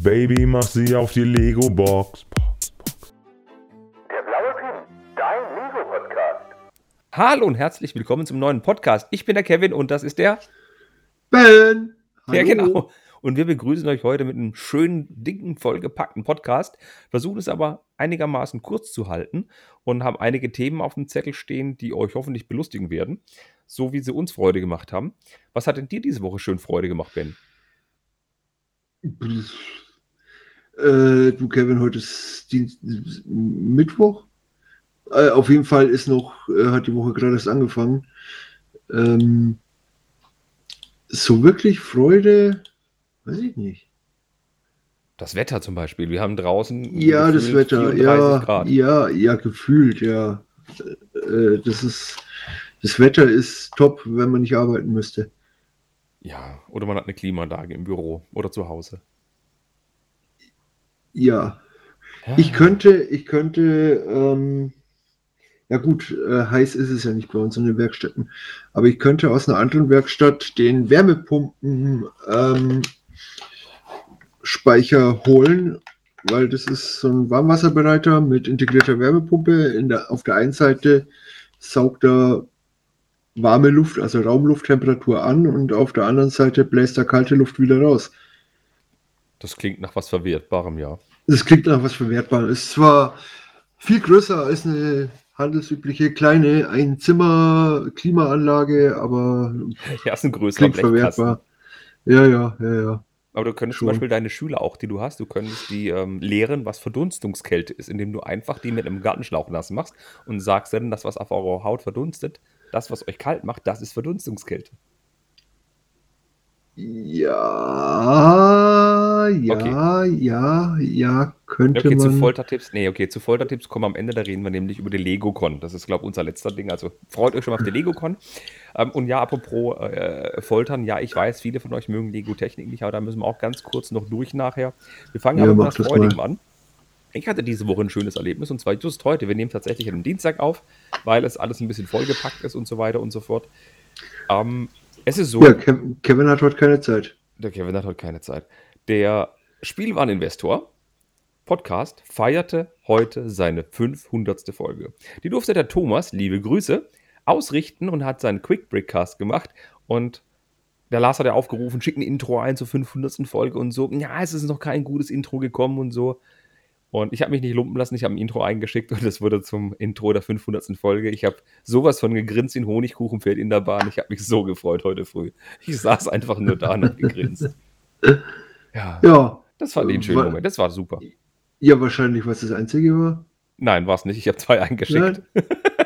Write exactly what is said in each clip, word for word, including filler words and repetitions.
Baby, mach sie auf die Lego-Box. Der blaue Pin, dein Lego-Podcast. Hallo und herzlich willkommen zum neuen Podcast. Ich bin der Kevin und das ist der Ben. Ja, Hallo. genau. Und wir begrüßen euch heute mit einem schönen, dicken, vollgepackten Podcast. Versuchen es aber einigermaßen kurz zu halten und haben einige Themen auf dem Zettel stehen, die euch hoffentlich belustigen werden, so wie sie uns Freude gemacht haben. Was hat denn dir diese Woche schön Freude gemacht, Ben? Äh, du Kevin, heute ist Dienst, Mittwoch. Äh, auf jeden Fall ist noch, äh, hat die Woche gerade erst angefangen. Ähm, so wirklich Freude, weiß ich nicht. Das Wetter zum Beispiel. Wir haben draußen Ja, das gefühlt Wetter, vierunddreißig ja, Grad. ja, ja, gefühlt, ja. Äh, das ist, das Wetter ist top, wenn man nicht arbeiten müsste. Ja, oder man hat eine Klimaanlage im Büro oder zu Hause. Ja, Ja. ich könnte, ich könnte, ähm, ja gut, äh, heiß ist es ja nicht bei uns in den Werkstätten, aber ich könnte aus einer anderen Werkstatt den Wärmepumpen ähm, Speicher holen, weil das ist so ein Warmwasserbereiter mit integrierter Wärmepumpe. In der, auf der einen Seite saugt er warme Luft, also Raumlufttemperatur an und auf der anderen Seite bläst er kalte Luft wieder raus. Das klingt nach was Verwertbarem, ja. Das klingt nach was Verwertbarem. Ist zwar viel größer als eine handelsübliche kleine Einzimmer-Klimaanlage, aber Ja, ist ein größerer klingt Blechkasten. verwertbar. Ja, ja, ja, ja. Aber du könntest Schon. zum Beispiel deine Schüler auch, die du hast, du könntest die ähm, lehren, was Verdunstungskälte ist, indem du einfach die mit einem Gartenschlauch nass machst und sagst dann, das, was auf eurer Haut verdunstet, das, was euch kalt macht, das ist Verdunstungskälte. Ja, ja, Okay. ja, ja, könnte Okay, zu man. Foltertipps, nee, okay, zu Foltertipps kommen am Ende, da reden wir nämlich über die Lego-Con. Das ist, glaube ich, unser letzter Ding, also freut euch schon mal auf die Lego-Con. Ähm, und ja, apropos äh, Foltern, ja, ich weiß, viele von euch mögen Lego-Technik nicht, aber da müssen wir auch ganz kurz noch durch nachher. Wir fangen Ja, aber mit mach was das Freudigem mal. an. Ich hatte diese Woche ein schönes Erlebnis und zwar just heute. Wir nehmen tatsächlich an einem Dienstag auf, weil es alles ein bisschen vollgepackt ist und so weiter und so fort. Ähm, es ist so, Ja, Kev- Kevin hat heute keine Zeit. der Kevin hat heute keine Zeit. Der Spielwareninvestor Podcast feierte heute seine fünfhundertste Folge. Die durfte der Thomas, liebe Grüße, ausrichten und hat seinen Quick Breakcast gemacht. Und der Lars hat ja aufgerufen, schick ein Intro ein zur fünfhundertsten Folge und so. Ja, es ist noch kein gutes Intro gekommen und so. Und ich habe mich nicht lumpen lassen, ich habe ein Intro eingeschickt und es wurde zum Intro der fünfhundertsten Folge. Ich habe sowas von gegrinst in Honigkuchenfeld in der Bahn. Ich habe mich so gefreut heute früh. Ich saß einfach nur da und habe gegrinst. Ja, Ja, das fand ich einen schönen wa- Moment. Das war super. ja, wahrscheinlich, was das Einzige war. Nein, war es nicht. Ich habe zwei eingeschickt. Nein?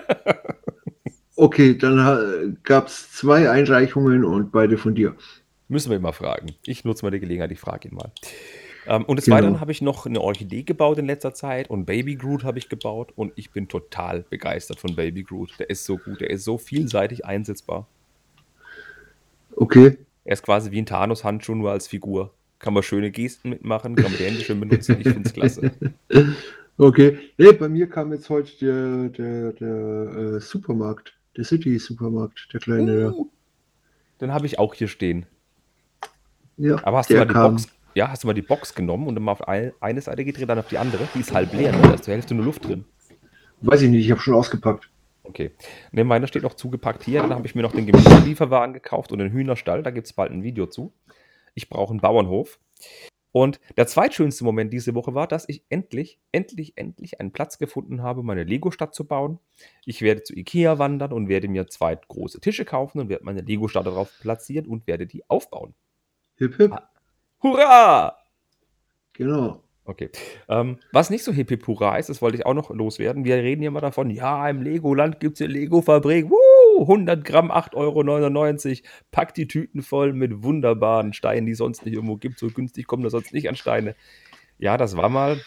Okay, dann gab es zwei Einreichungen und beide von dir. Müssen wir ihn mal fragen. Ich nutze mal die Gelegenheit, ich frage ihn mal. Ähm, und des Genau. Weiteren habe ich noch eine Orchidee gebaut in letzter Zeit und Baby Groot habe ich gebaut und ich bin total begeistert von Baby Groot. Der ist so gut, der ist so vielseitig einsetzbar. Okay. Er ist quasi wie ein Thanos-Handschuh, nur als Figur. Kann man schöne Gesten mitmachen, kann man die Hände schön benutzen. Ich finde es klasse. Okay. Nee, bei mir kam jetzt heute der, der, der äh, Supermarkt, der City-Supermarkt, der kleine. Uh, den habe ich auch hier stehen. Ja, Aber hast du der mal die kam. Box, ja, hast du mal die Box genommen und dann mal auf ein, eine Seite gedreht, dann auf die andere? Die ist halb leer, ne? Da ist zur Hälfte nur Luft drin. Weiß ich nicht, ich habe schon ausgepackt. Okay. Ne, meiner steht noch zugepackt hier. Dann habe ich mir noch den Gemüselieferwagen gekauft und den Hühnerstall. Da gibt es bald ein Video zu. Ich brauche einen Bauernhof. Und der zweitschönste Moment diese Woche war, dass ich endlich, endlich, endlich einen Platz gefunden habe, meine Lego-Stadt zu bauen. Ich werde zu Ikea wandern und werde mir zwei große Tische kaufen und werde meine Lego-Stadt darauf platzieren und werde die aufbauen. Hip, hip. Ah. Hurra! Genau. Okay. Ähm, was nicht so hip hip hurra ist, das wollte ich auch noch loswerden. Wir reden ja immer davon, ja, im Legoland gibt es eine Lego-Fabrik. Woo, hundert Gramm, acht Euro neunundneunzig. Packt die Tüten voll mit wunderbaren Steinen, die es sonst nicht irgendwo gibt. So günstig kommen da sonst nicht an Steine. Ja, das war mal.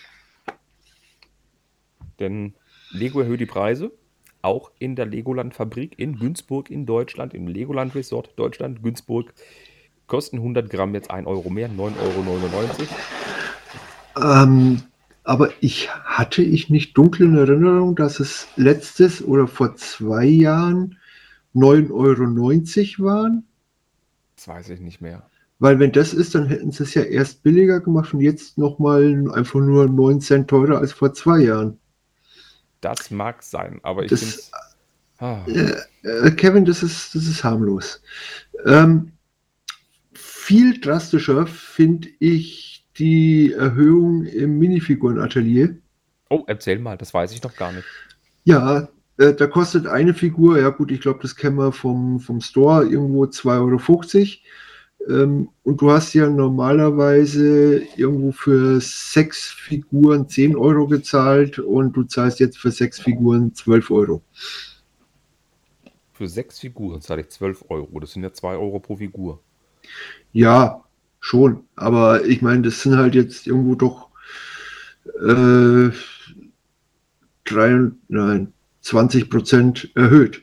Denn Lego erhöht die Preise. Auch in der Legoland-Fabrik in Günzburg in Deutschland, im Legoland Resort Deutschland, Günzburg. Kosten hundert Gramm jetzt ein Euro mehr, neun Euro neunundneunzig. Ähm, aber ich hatte ich nicht dunkel in Erinnerung, dass es letztes oder vor zwei Jahren neun Euro neunzig waren? Das weiß ich nicht mehr. Weil wenn das ist, dann hätten sie es ja erst billiger gemacht und jetzt nochmal einfach nur neun Cent teurer als vor zwei Jahren. Das mag sein, aber ich Das- finde es. Ah, Äh, Kevin, das ist, das ist harmlos. Ähm, viel drastischer finde ich die Erhöhung im Minifigurenatelier. oh, erzähl mal, das weiß ich noch gar nicht. Ja, äh, da kostet eine Figur, ja gut, ich glaube, das kennen wir vom, vom Store, irgendwo zwei Euro fünfzig. Ähm, und du hast ja normalerweise irgendwo für sechs Figuren zehn Euro gezahlt und du zahlst jetzt für sechs Figuren zwölf Euro. Für sechs Figuren zahle ich zwölf Euro. Das sind ja zwei Euro pro Figur. Ja, schon. Aber ich meine, das sind halt jetzt irgendwo doch äh, drei, nein, zwanzig Prozent erhöht.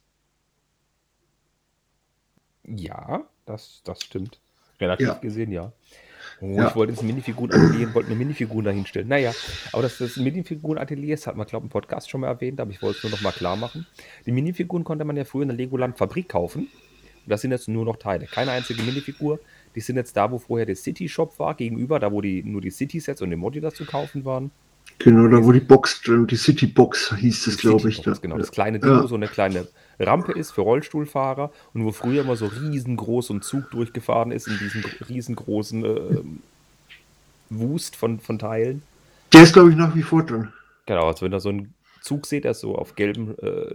Ja, das, das stimmt. Relativ Ja. gesehen, ja. Oh, Ja. ich wollte ins Minifigurenatelier und wollte eine Minifigur dahinstellen. Naja, aber das, das Minifigurenatelier, das hat man, glaube ich, im Podcast schon mal erwähnt, aber ich wollte es nur noch mal klar machen. Die Minifiguren konnte man ja früher in der Legoland-Fabrik kaufen. Und das sind jetzt nur noch Teile. Keine einzige Minifigur. Die sind jetzt da, wo vorher der City-Shop war, gegenüber, da wo die, nur die City-Sets und die Modi zu kaufen waren. Genau, da wo die Box drin, die City Box hieß es, Die glaube ich. Citybox, Da. genau. Das kleine Ding, Ja. wo so eine kleine Rampe ist für Rollstuhlfahrer und wo früher immer so riesengroß so ein Zug durchgefahren ist in diesem riesengroßen äh, Wust von, von Teilen. Der ist, glaube ich, nach wie vor drin. Genau, als wenn da so ein Zug seht, der so auf gelben äh,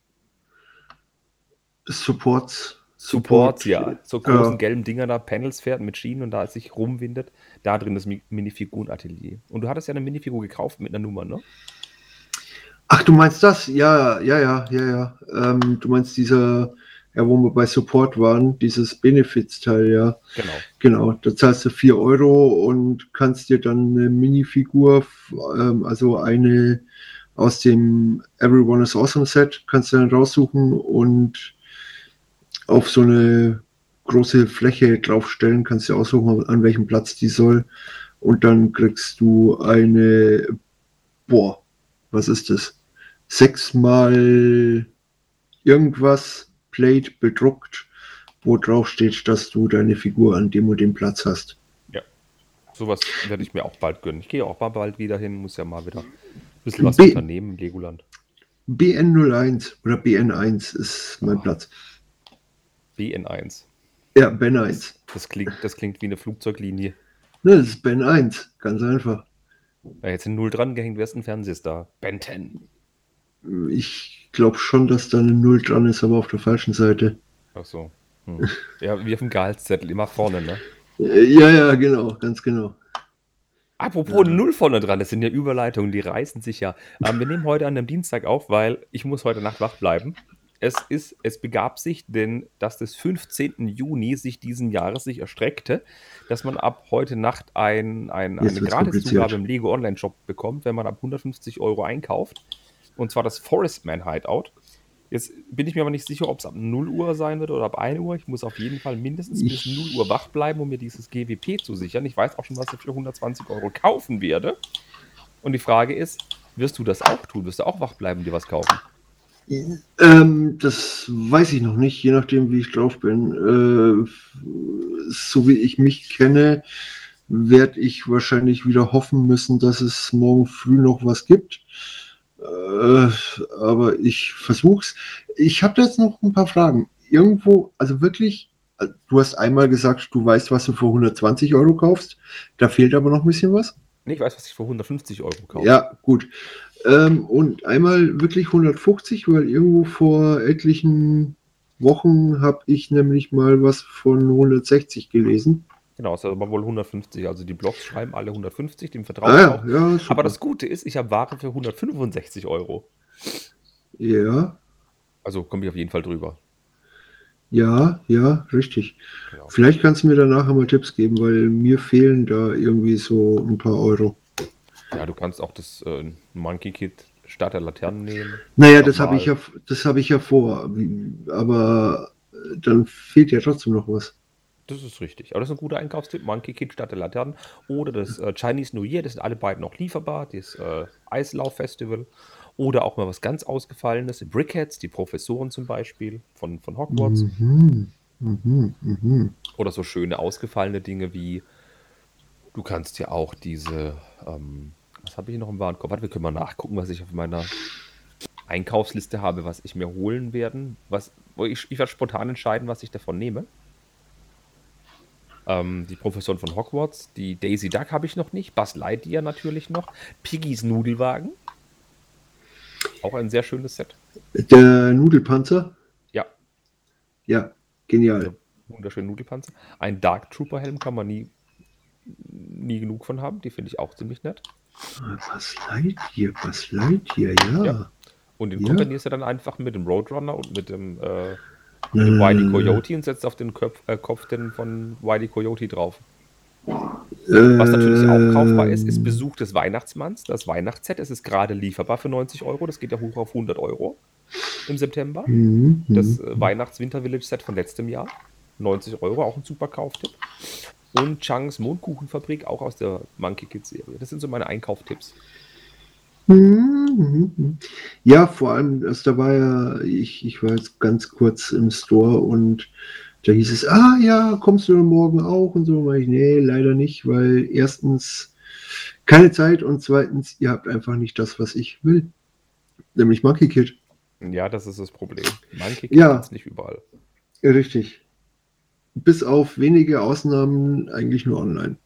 Supports. Supports, ja, so großen Ja. gelben Dinger da, Panels fährt mit Schienen und da es sich rumwindet, da drin das Mi- Minifigurenatelier. Und du hattest ja eine Minifigur gekauft mit einer Nummer, ne? Ach, du meinst das? Ja, ja, ja, ja, ja. Ähm, du meinst dieser, ja, wo wir bei Support waren, dieses Benefits-Teil, ja. Genau. Genau, da zahlst du vier Euro und kannst dir dann eine Minifigur, f- ähm, also eine aus dem Everyone is Awesome Set, kannst du dann raussuchen und auf so eine große Fläche draufstellen, kannst du aussuchen, an welchem Platz die soll. Und dann kriegst du eine, boah, was ist das? Sechsmal irgendwas Plate bedruckt, wo drauf steht, dass du deine Figur an dem und dem Platz hast. Sowas werde ich mir auch bald gönnen. Ich gehe auch mal bald wieder hin, muss ja mal wieder ein bisschen was B- unternehmen im Legoland. B N null eins oder B N eins ist mein Ah. Platz. B N eins. Ja, Ben eins. Das klingt, das klingt wie eine Flugzeuglinie. Ne, das ist Ben eins, ganz einfach. Da jetzt ein Null dran gehängt, wäre es ein Fernsehstar. Ben zehn. Ich glaube schon, dass da eine Null dran ist, aber auf der falschen Seite. Ach so. Hm. Ja, wie auf dem Gehaltszettel, immer vorne, ne? Äh, Ja, ja, genau, ganz genau. Apropos Null vorne dran, das sind ja Überleitungen, die reißen sich ja. Ähm, wir nehmen heute an einem Dienstag auf, weil ich muss heute Nacht wach bleiben. Es ist, es begab sich, denn dass des fünfzehnten Juni sich diesen Jahres sich erstreckte, dass man ab heute Nacht ein, ein, Jetzt eine wird's Gratiszugabe kompliziert. im Lego Online Shop bekommt, wenn man ab hundertfünfzig Euro einkauft. Und zwar das Forest Man Hideout. Jetzt bin ich mir aber nicht sicher, ob es ab null Uhr sein wird oder ab ein Uhr. Ich muss auf jeden Fall mindestens bis Ich- null Uhr wach bleiben, um mir dieses G W P zu sichern. Ich weiß auch schon, was ich für hundertzwanzig Euro kaufen werde. Und die Frage ist, wirst du das auch tun? Wirst du auch wach bleiben und dir was kaufen? Ähm, das weiß ich noch nicht, je nachdem, wie ich drauf bin. Äh, so wie ich mich kenne, werde ich wahrscheinlich wieder hoffen müssen, dass es morgen früh noch was gibt. Äh, aber ich versuch's. Ich habe jetzt noch ein paar Fragen. Irgendwo, also wirklich, äh, du hast einmal gesagt, du weißt, was du für hundertzwanzig Euro kaufst. Da fehlt aber noch ein bisschen was. Nee, ich weiß, was ich für hundertfünfzig Euro kaufe. Ja, gut. Ähm, und einmal wirklich hundertfünfzig, weil irgendwo vor etlichen Wochen habe ich nämlich mal was von hundertsechzig gelesen. Genau, es ist aber wohl hundertfünfzig. Also die Blogs schreiben alle hundertfünfzig, dem vertraue Ah ich ja, auch. ja, super. Aber das Gute ist, ich habe Ware für hundertfünfundsechzig Euro. Ja, Also komme ich auf jeden Fall drüber. ja, ja, richtig. Genau. Vielleicht kannst du mir danach mal Tipps geben, weil mir fehlen da irgendwie so ein paar Euro. Ja, du kannst auch das äh, Monkey Kit statt der Laternen nehmen. Naja, das Nochmal. habe ich ja, das habe ich ja vor. Aber äh, dann fehlt ja trotzdem noch was. Das ist richtig. Aber das ist ein guter Einkaufstipp. Monkey Kit statt der Laternen. Oder das äh, Chinese New Year, das sind alle beiden noch lieferbar. Das äh, Eislauf-Festival. Oder auch mal was ganz Ausgefallenes. Die Brickheads, die Professoren zum Beispiel von, von Hogwarts. Mhm. Mhm, mhm. Oder so schöne ausgefallene Dinge wie, du kannst ja auch diese, ähm, was habe ich noch im Warenkorb? Warte, wir können mal nachgucken, was ich auf meiner Einkaufsliste habe, was ich mir holen werden. Was, wo ich, ich werde spontan entscheiden, was ich davon nehme. Ähm, die Professoren von Hogwarts, die Daisy Duck habe ich noch nicht, Buzz Lightyear natürlich noch, Piggys Nudelwagen, auch ein sehr schönes Set. Der Nudelpanzer? Ja, Ja, genial. der wunderschöne Nudelpanzer. Ein Dark Trooper Helm kann man nie, nie genug von haben, die finde ich auch ziemlich nett. Was Lightyear, was Lightyear, ja. Ja. Und den Ja. kombinierst du dann einfach mit dem Roadrunner und mit dem, äh, Äh, mit dem Wile E. Coyote und setzt auf den Köpf, äh, Kopf den von Wile E. Coyote drauf. Was natürlich auch kaufbar ist, ist Besuch des Weihnachtsmanns, das Weihnachtsset. Es ist gerade lieferbar für neunzig Euro. Das geht ja hoch auf hundert Euro im September. Mhm, Das mhm. äh, Weihnachts-Winter-Village-Set von letztem Jahr. neunzig Euro, auch ein super Kauftipp. Und Changs Mondkuchenfabrik, auch aus der Monkey Kids Serie. Das sind so meine Einkauftipps. Mhm, mhm. Ja, vor allem, das, da war ja, ich, ich war jetzt ganz kurz im Store und da hieß es, ah ja, kommst du morgen auch und so. War ich, nee, leider nicht, weil erstens keine Zeit und zweitens, ihr habt einfach nicht das, was ich will. Nämlich Monkey Kid. Ja, das ist das Problem. Monkey Kids Ja. gibt's nicht überall. Ja, richtig. Bis auf wenige Ausnahmen eigentlich nur online.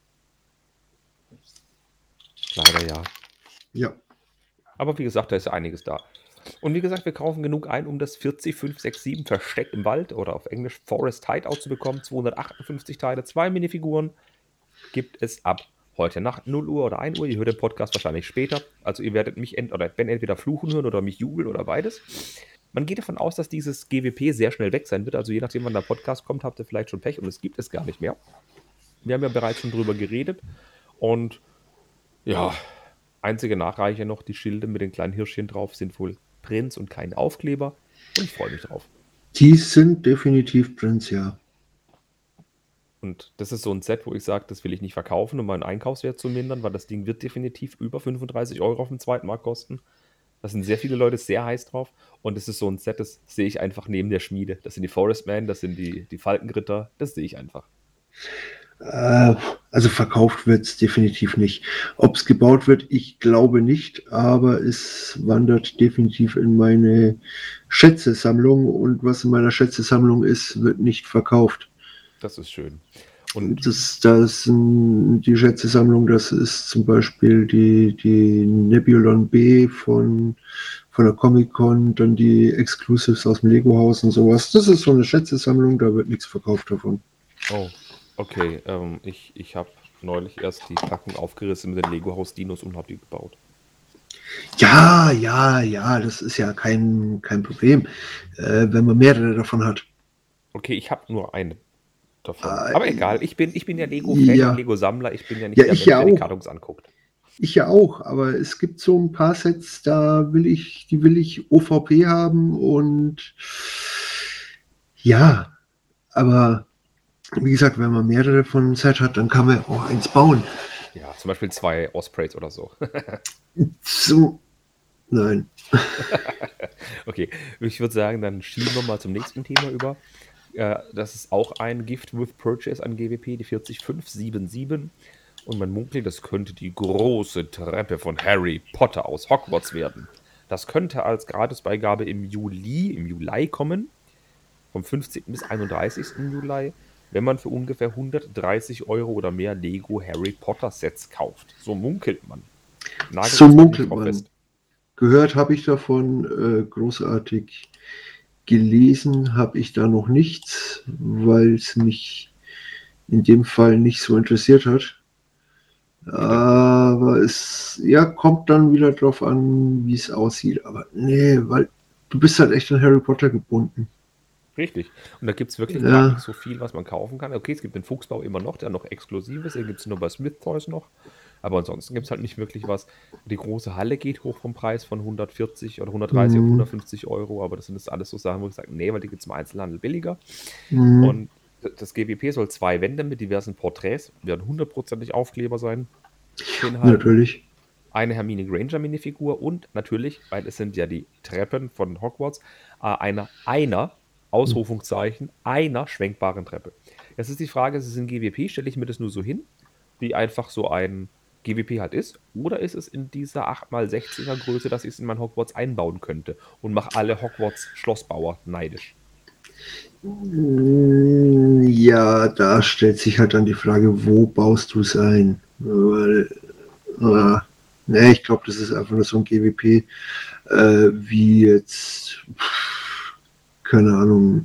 Leider ja. Ja. Aber wie gesagt, da ist ja einiges da. Und wie gesagt, wir kaufen genug ein, um das vierzig fünf sechs sieben Versteck im Wald oder auf Englisch Forest Hideout zu bekommen. zweihundertachtundfünfzig Teile, zwei Minifiguren gibt es ab heute Nacht null Uhr oder ein Uhr. Ihr hört den Podcast wahrscheinlich später. Also ihr werdet mich ent oder wenn entweder fluchen hören oder mich jubeln oder beides. Man geht davon aus, dass dieses G W P sehr schnell weg sein wird. Also je nachdem, wann der Podcast kommt, habt ihr vielleicht schon Pech und es gibt es gar nicht mehr. Wir haben ja bereits schon drüber geredet. Und ja, einzige Nachreiche noch, die Schilde mit den kleinen Hirschchen drauf sind wohl Prints und kein Aufkleber. Und ich freue mich drauf. Die sind definitiv Prints, ja. Und das ist so ein Set, wo ich sage, das will ich nicht verkaufen, um meinen Einkaufswert zu mindern, weil das Ding wird definitiv über fünfunddreißig Euro auf dem zweiten Markt kosten. Da sind sehr viele Leute sehr heiß drauf. Und das ist so ein Set, das sehe ich einfach neben der Schmiede. Das sind die Forest Man, das sind die, die Falkenritter, das sehe ich einfach. Äh, also verkauft wird es definitiv nicht. Ob es gebaut wird, ich glaube nicht, aber es wandert definitiv in meine Schätzesammlung und was in meiner Schätzesammlung ist, wird nicht verkauft. Das ist schön. Und Das, das sind die Schätzesammlung, das ist zum Beispiel die, die Nebulon B von, von der Comic-Con, dann die Exclusives aus dem Lego-Haus und sowas. Das ist so eine Schätzesammlung, da wird nichts verkauft davon. oh, okay, ähm, ich, ich habe neulich erst die Packung aufgerissen mit den Lego-Haus-Dinos und habe die gebaut. Ja, ja, ja, das ist ja kein, kein Problem, äh, wenn man mehrere davon hat. Okay, ich habe nur eine davon. Ah, Aber egal, ich bin, ich bin ja Lego-Fan ja. und Lego-Sammler. Ich bin ja nicht Ja, der ich Mensch, ja der die auch. Kartons anguckt. Ich ja auch, aber es gibt so ein paar Sets, da will ich, die will ich O V P haben und ja, aber wie gesagt, wenn man mehrere von einem Set hat, dann kann man auch eins bauen. Ja, zum Beispiel zwei Ospreys oder so. So, nein. Okay, ich würde sagen, dann schieben wir mal zum nächsten Thema über. Äh, das ist auch ein Gift with Purchase an G W P, die vierzig fünf sieben sieben. Und man munkelt, das könnte die große Treppe von Harry Potter aus Hogwarts werden. Das könnte als Gratisbeigabe im Juli, im Juli kommen, vom fünfzehnten bis einunddreißigsten Juli, wenn man für ungefähr hundertdreißig Euro oder mehr Lego Harry Potter Sets kauft. So munkelt man. Nagelt So uns mal munkelt nicht drauf man. fest. Gehört habe ich davon, äh, großartig gelesen habe ich da noch nichts, weil es mich in dem Fall nicht so interessiert hat. Aber es ja, kommt dann wieder drauf an, wie es aussieht. Aber nee, weil du bist halt echt an Harry Potter gebunden. Richtig. Und da gibt es wirklich Ja. gar nicht so viel, was man kaufen kann. Okay, es gibt den Fuchsbau immer noch, der noch exklusiv ist. Den gibt es nur bei Smith Toys noch. Aber ansonsten gibt es halt nicht wirklich was. Die große Halle geht hoch vom Preis von hundertvierzig oder hundertdreißig Mhm. auf hundertfünfzig Euro. Aber das sind jetzt alles so Sachen, wo ich sage, nee, weil die gibt es im Einzelhandel billiger. Mhm. Und das G W P soll zwei Wände mit diversen Porträts, werden hundertprozentig Aufkleber sein. beinhalten. Natürlich. Eine Hermine Granger Minifigur und natürlich, weil es sind ja die Treppen von Hogwarts, äh, einer, einer Ausrufungszeichen, einer schwenkbaren Treppe. Jetzt ist die Frage, ist es in G W P, stelle ich mir das nur so hin, wie einfach so ein G W P halt ist, oder ist es in dieser acht mal sechziger Größe, dass ich es in mein Hogwarts einbauen könnte und mache alle Hogwarts-Schlossbauer neidisch? Ja, da stellt sich halt dann die Frage, wo baust du es ein? Weil, äh, ne, ich glaube, das ist einfach nur so ein G W P, äh, wie jetzt, keine Ahnung,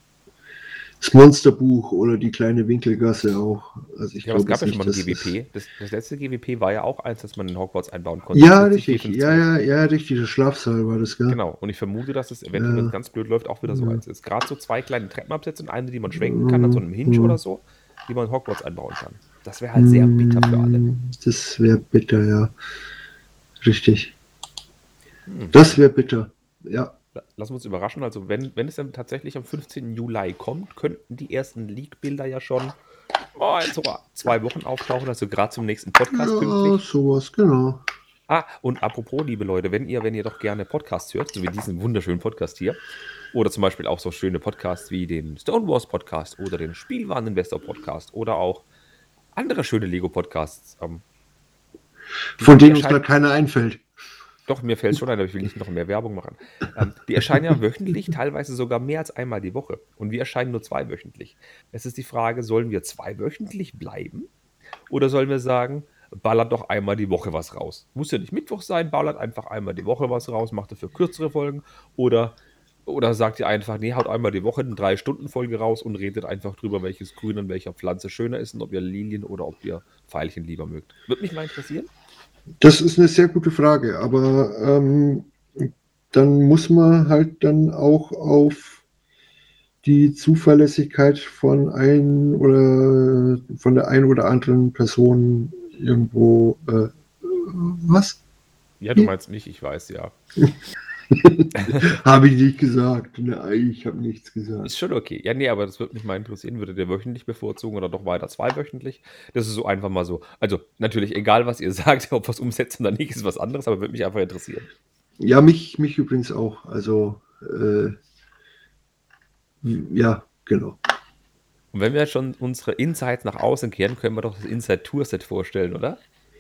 das Monsterbuch oder die kleine Winkelgasse auch. Also ich Ja, aber es glaube gab ja nicht, schon mal ein dass G W es- P. Das, das letzte G W P war ja auch eins, das man in Hogwarts einbauen konnte. Ja, vierzig, richtig. vierundfünfzig. Ja, ja, ja, richtig. Der Schlafsaal war das, gell? Genau, und ich vermute, dass es eventuell, Ja. wenn es ganz blöd läuft, auch wieder so Ja. eins ist. Gerade so zwei kleine Treppenabsätze und eine, die man schwenken kann, an so einem Hinge Mhm. oder so, die man in Hogwarts einbauen kann. Das wäre halt sehr bitter für alle. Mm, Das wäre bitter, ja. Richtig. Hm. Das wäre bitter. Ja. Lassen wir uns überraschen. Also, wenn, wenn es dann tatsächlich am fünfzehnten Juli kommt, könnten die ersten Leak-Bilder ja schon oh, in so zwei Wochen auftauchen, also gerade zum nächsten Podcast Ja, pünktlich. sowas, genau. Ah, und apropos, liebe Leute, wenn ihr, wenn ihr doch gerne Podcasts hört, so wie diesen wunderschönen Podcast hier, oder zum Beispiel auch so schöne Podcasts wie den Stonewars Podcast oder den Spielwareninvestor Podcast oder auch andere schöne Lego-Podcasts. Ähm, die- Von die denen uns erscheinen- gerade keiner einfällt. Doch, mir fällt schon ein, aber ich will nicht noch mehr Werbung machen. Ähm, die erscheinen ja wöchentlich, teilweise sogar mehr als einmal die Woche. Und wir erscheinen nur zweiwöchentlich. Es ist die Frage, sollen wir zweiwöchentlich bleiben? Oder sollen wir sagen, ballert doch einmal die Woche was raus? Muss ja nicht Mittwoch sein, ballert einfach einmal die Woche was raus, macht dafür kürzere Folgen. Oder, oder sagt ihr einfach, nee, haut einmal die Woche eine drei Stunden Folge raus und redet einfach drüber, welches Grün an welcher Pflanze schöner ist und ob ihr Lilien oder ob ihr Veilchen lieber mögt. Würde mich mal interessieren. Das ist eine sehr gute Frage, aber ähm, dann muss man halt dann auch auf die Zuverlässigkeit von ein oder von der einen oder anderen Person irgendwo äh, was? Ja, du Hm. meinst mich, ich weiß, ja. Habe ich nicht gesagt. Nein, ich habe nichts gesagt. Ist schon okay. Ja, nee, aber das würde mich mal interessieren. Würdet ihr wöchentlich bevorzugen oder doch weiter zweiwöchentlich? Das ist so einfach mal so. Also, natürlich, egal was ihr sagt, ob was umsetzen oder nicht, ist was anderes, aber würde mich einfach interessieren. Ja, mich, mich übrigens auch. Also, äh, ja, genau. Und wenn wir schon unsere Insights nach außen kehren, können wir doch das Inside-Tour-Set vorstellen, oder?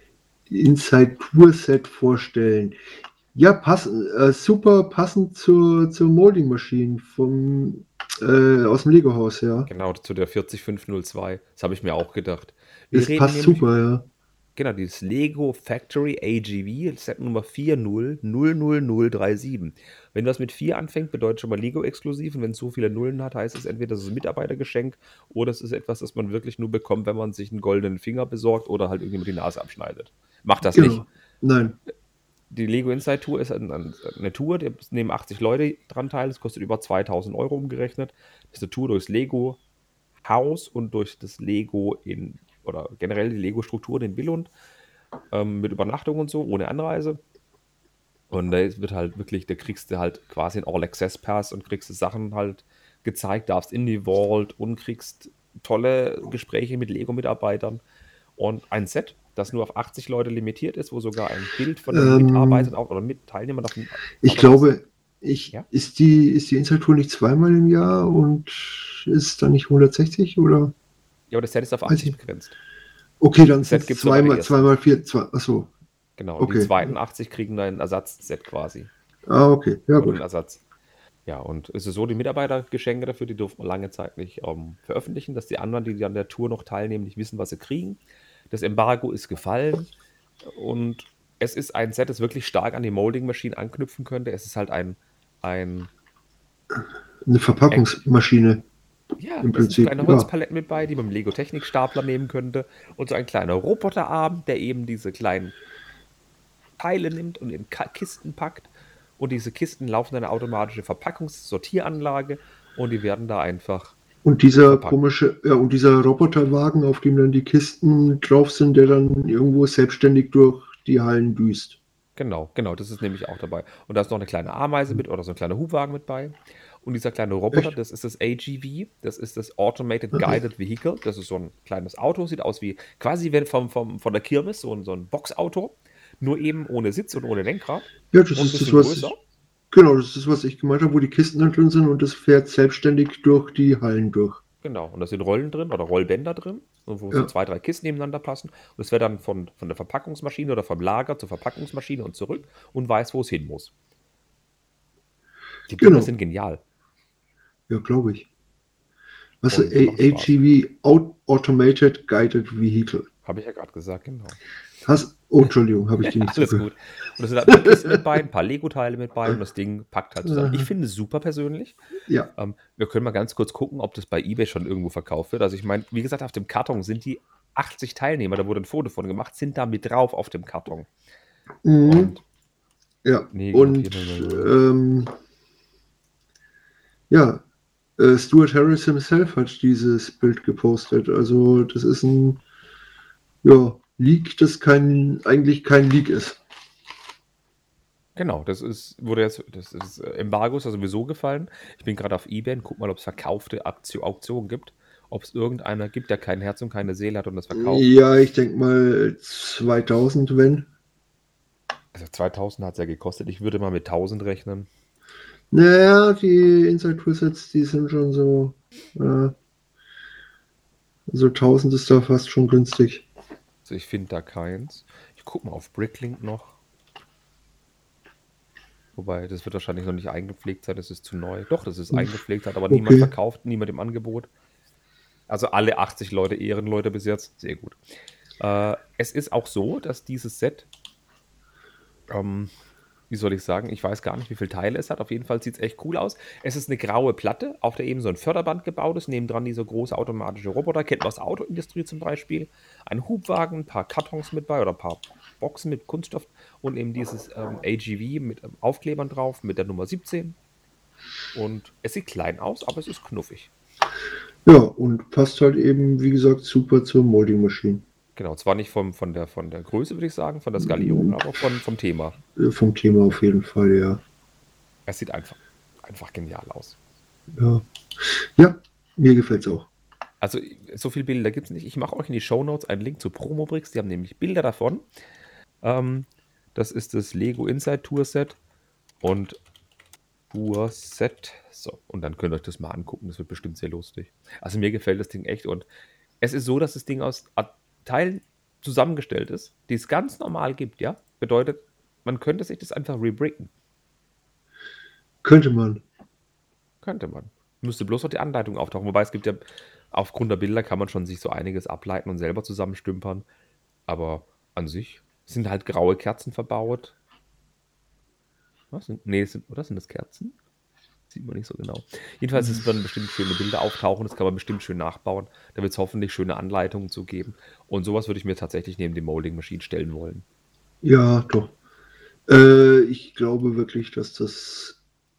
Inside-Tour-Set vorstellen. Ja, pass, äh, super passend zur, zur Molding Machine vom, äh, aus dem Lego-Haus, ja. Genau, zu der vierzig fünf null zwei. Das habe ich mir auch gedacht. Wir Das reden passt nämlich- super, ja. Genau, dieses Lego Factory A G V, Set Nummer vier null null null null drei sieben. Wenn das mit vier anfängt, bedeutet schon mal Lego-exklusiv. Und wenn es so viele Nullen hat, heißt es entweder, das ist ein Mitarbeitergeschenk oder es ist etwas, das man wirklich nur bekommt, wenn man sich einen goldenen Finger besorgt oder halt irgendjemand die Nase abschneidet. Macht das nicht. Genau. Nein. Die Lego Inside Tour ist ein, ein, eine Tour, da nehmen achtzig Leute dran teil. Das kostet über zweitausend Euro umgerechnet. Das ist eine Tour durchs Lego Haus und durch das Lego in, oder generell die Lego-Strukturen in Billund ähm, mit Übernachtung und so, ohne Anreise. Und da wird halt wirklich, da kriegst du halt quasi einen All-Access-Pass und kriegst du Sachen halt gezeigt, darfst in die Vault und kriegst tolle Gespräche mit Lego-Mitarbeitern und ein Set, das nur auf achtzig Leute limitiert ist, wo sogar ein Bild von den Ähm, Mitarbeitern auch, oder mit Teilnehmern davon. Ich glaube, ich, Ja? ist die, ist die Inside-Tour nicht zweimal im Jahr und ist dann nicht hundertsechzig oder? Ja, aber das Set ist auf Weiß achtzig ich. begrenzt. Okay, dann Das Set sind es gibt's aber zweimal, erst. zweimal vier, zwei, achso. Genau, und Okay. die zweiten achtzig kriegen ein Ersatzset quasi. Ah, okay, ja Oder gut. einen Ersatz. Ja, und es ist so, die Mitarbeitergeschenke dafür, die durften wir lange Zeit nicht ähm, veröffentlichen, dass die anderen, die an der Tour noch teilnehmen, nicht wissen, was sie kriegen. Das Embargo ist gefallen und es ist ein Set, das wirklich stark an die Molding Machine anknüpfen könnte. Es ist halt ein, ein Eine Verpackungsmaschine. ja, Im es sind Prinzip, kleine ja. Holzpaletten mit bei, die man im Lego Technik Stapler nehmen könnte und so ein kleiner Roboterarm, der eben diese kleinen Teile nimmt und in Ka- Kisten packt. Und diese Kisten laufen in eine automatische Verpackungssortieranlage und die werden da einfach. Und dieser Verpackt. komische, ja, und dieser Roboterwagen, auf dem dann die Kisten drauf sind, der dann irgendwo selbstständig durch die Hallen düst. Genau, genau, das ist nämlich auch dabei. Und da ist noch eine kleine Ameise mit oder so ein kleiner Hubwagen mit bei. Und dieser kleine Roboter, Echt? das ist das A G V, das ist das Automated Guided Vehicle. Das ist so ein kleines Auto, sieht aus wie quasi wenn vom, vom, von der Kirmes, so ein, so ein Boxauto, nur eben ohne Sitz und ohne Lenkrad. Ja, das Und ein ist das, bisschen was größer. ich, Genau, das ist, was ich gemeint habe, wo die Kisten dann drin sind und das fährt selbstständig durch die Hallen durch. Genau, und da sind Rollen drin oder Rollbänder drin, wo so Ja. zwei, drei Kisten nebeneinander passen. Und es wird dann von, von der Verpackungsmaschine oder vom Lager zur Verpackungsmaschine und zurück und weiß, wo es hin muss. Die Dinger Genau. sind genial. Ja, glaube ich. Was Und ist macht Spaß. A G V? Au- Automated Guided Vehicle. Habe ich ja gerade gesagt, genau. Hast, oh, Entschuldigung, habe ich die nicht Alles zugehört. gut. Und es sind halt ein paar Kisten mit bei, ein paar Lego-Teile mit bei und das Ding packt halt zusammen. Ich finde es super persönlich. Ja, Ähm, wir können mal ganz kurz gucken, ob das bei eBay schon irgendwo verkauft wird. Also ich meine, wie gesagt, auf dem Karton sind die achtzig Teilnehmer, da wurde ein Foto von gemacht, sind da mit drauf auf dem Karton. mhm. Und ja. Nee, Und genau, ähm, ja, äh, Stuart Harris himself hat dieses Bild gepostet. Also das ist ein ja, Leak, das kein, eigentlich kein Leak ist. genau, das ist, wurde jetzt, das ist äh, Embargo ist ja sowieso gefallen. Ich bin gerade auf eBay und guck mal, ob es verkaufte Aktio- Auktionen gibt. Ob es irgendeiner gibt, der kein Herz und keine Seele hat und das verkauft. Ja, ich denke mal zweitausend, wenn. Also zweitausend hat es ja gekostet. Ich würde mal mit tausend rechnen. Naja, die Inside Tour Sets, die sind schon so. Äh, so tausend ist da fast schon günstig. Also ich finde da keins. Ich gucke mal auf Bricklink noch. Wobei, das wird wahrscheinlich noch nicht eingepflegt sein, das ist zu neu. Doch, das ist Uff, eingepflegt, hat aber okay. niemand verkauft, niemand im Angebot. Also alle achtzig Leute, Ehrenleute bis jetzt. Sehr gut. Äh, es ist auch so, dass dieses Set, ähm, wie soll ich sagen, ich weiß gar nicht, wie viele Teile es hat. Auf jeden Fall sieht es echt cool aus. Es ist eine graue Platte, auf der eben so ein Förderband gebaut ist. Nebendran dieser große automatische Roboter, kennt man aus der Autoindustrie zum Beispiel. Ein Hubwagen, ein paar Kartons mit bei oder ein paar Boxen mit Kunststoff und eben dieses ähm, A G V mit ähm, Aufklebern drauf, mit der Nummer siebzehn. Und es sieht klein aus, aber es ist knuffig. Ja, und passt halt eben, wie gesagt, super zur Molding Machine. Genau, zwar nicht vom, von, der, von der Größe, würde ich sagen, von der Skalierung, aber von, vom Thema. Äh, Vom Thema auf jeden Fall, ja. Es sieht einfach, einfach genial aus. Ja, ja mir gefällt es auch. Also, so viele Bilder gibt es nicht. Ich mache euch in die Shownotes einen Link zu Promobricks. Die haben nämlich Bilder davon. Ähm, das ist das Lego Inside Tour Set. Und Tour Set. So, und dann könnt ihr euch das mal angucken. Das wird bestimmt sehr lustig. Also, mir gefällt das Ding echt. Und es ist so, dass das Ding aus Teilen zusammengestellt ist, die es ganz normal gibt, ja? Bedeutet, man könnte sich das einfach rebricken. Könnte man. Könnte man. Müsste bloß noch die Anleitung auftauchen. Wobei es gibt ja, aufgrund der Bilder kann man schon sich so einiges ableiten und selber zusammenstümpern. Aber an sich sind halt graue Kerzen verbaut. Was sind, nee, sind, oder sind das Kerzen? Sieht man nicht so genau. Jedenfalls es werden bestimmt schöne Bilder auftauchen. Das kann man bestimmt schön nachbauen. Da wird es hoffentlich schöne Anleitungen zu geben. Und sowas würde ich mir tatsächlich neben dem Molding Machine stellen wollen. Ja, doch. Äh, ich glaube wirklich, dass das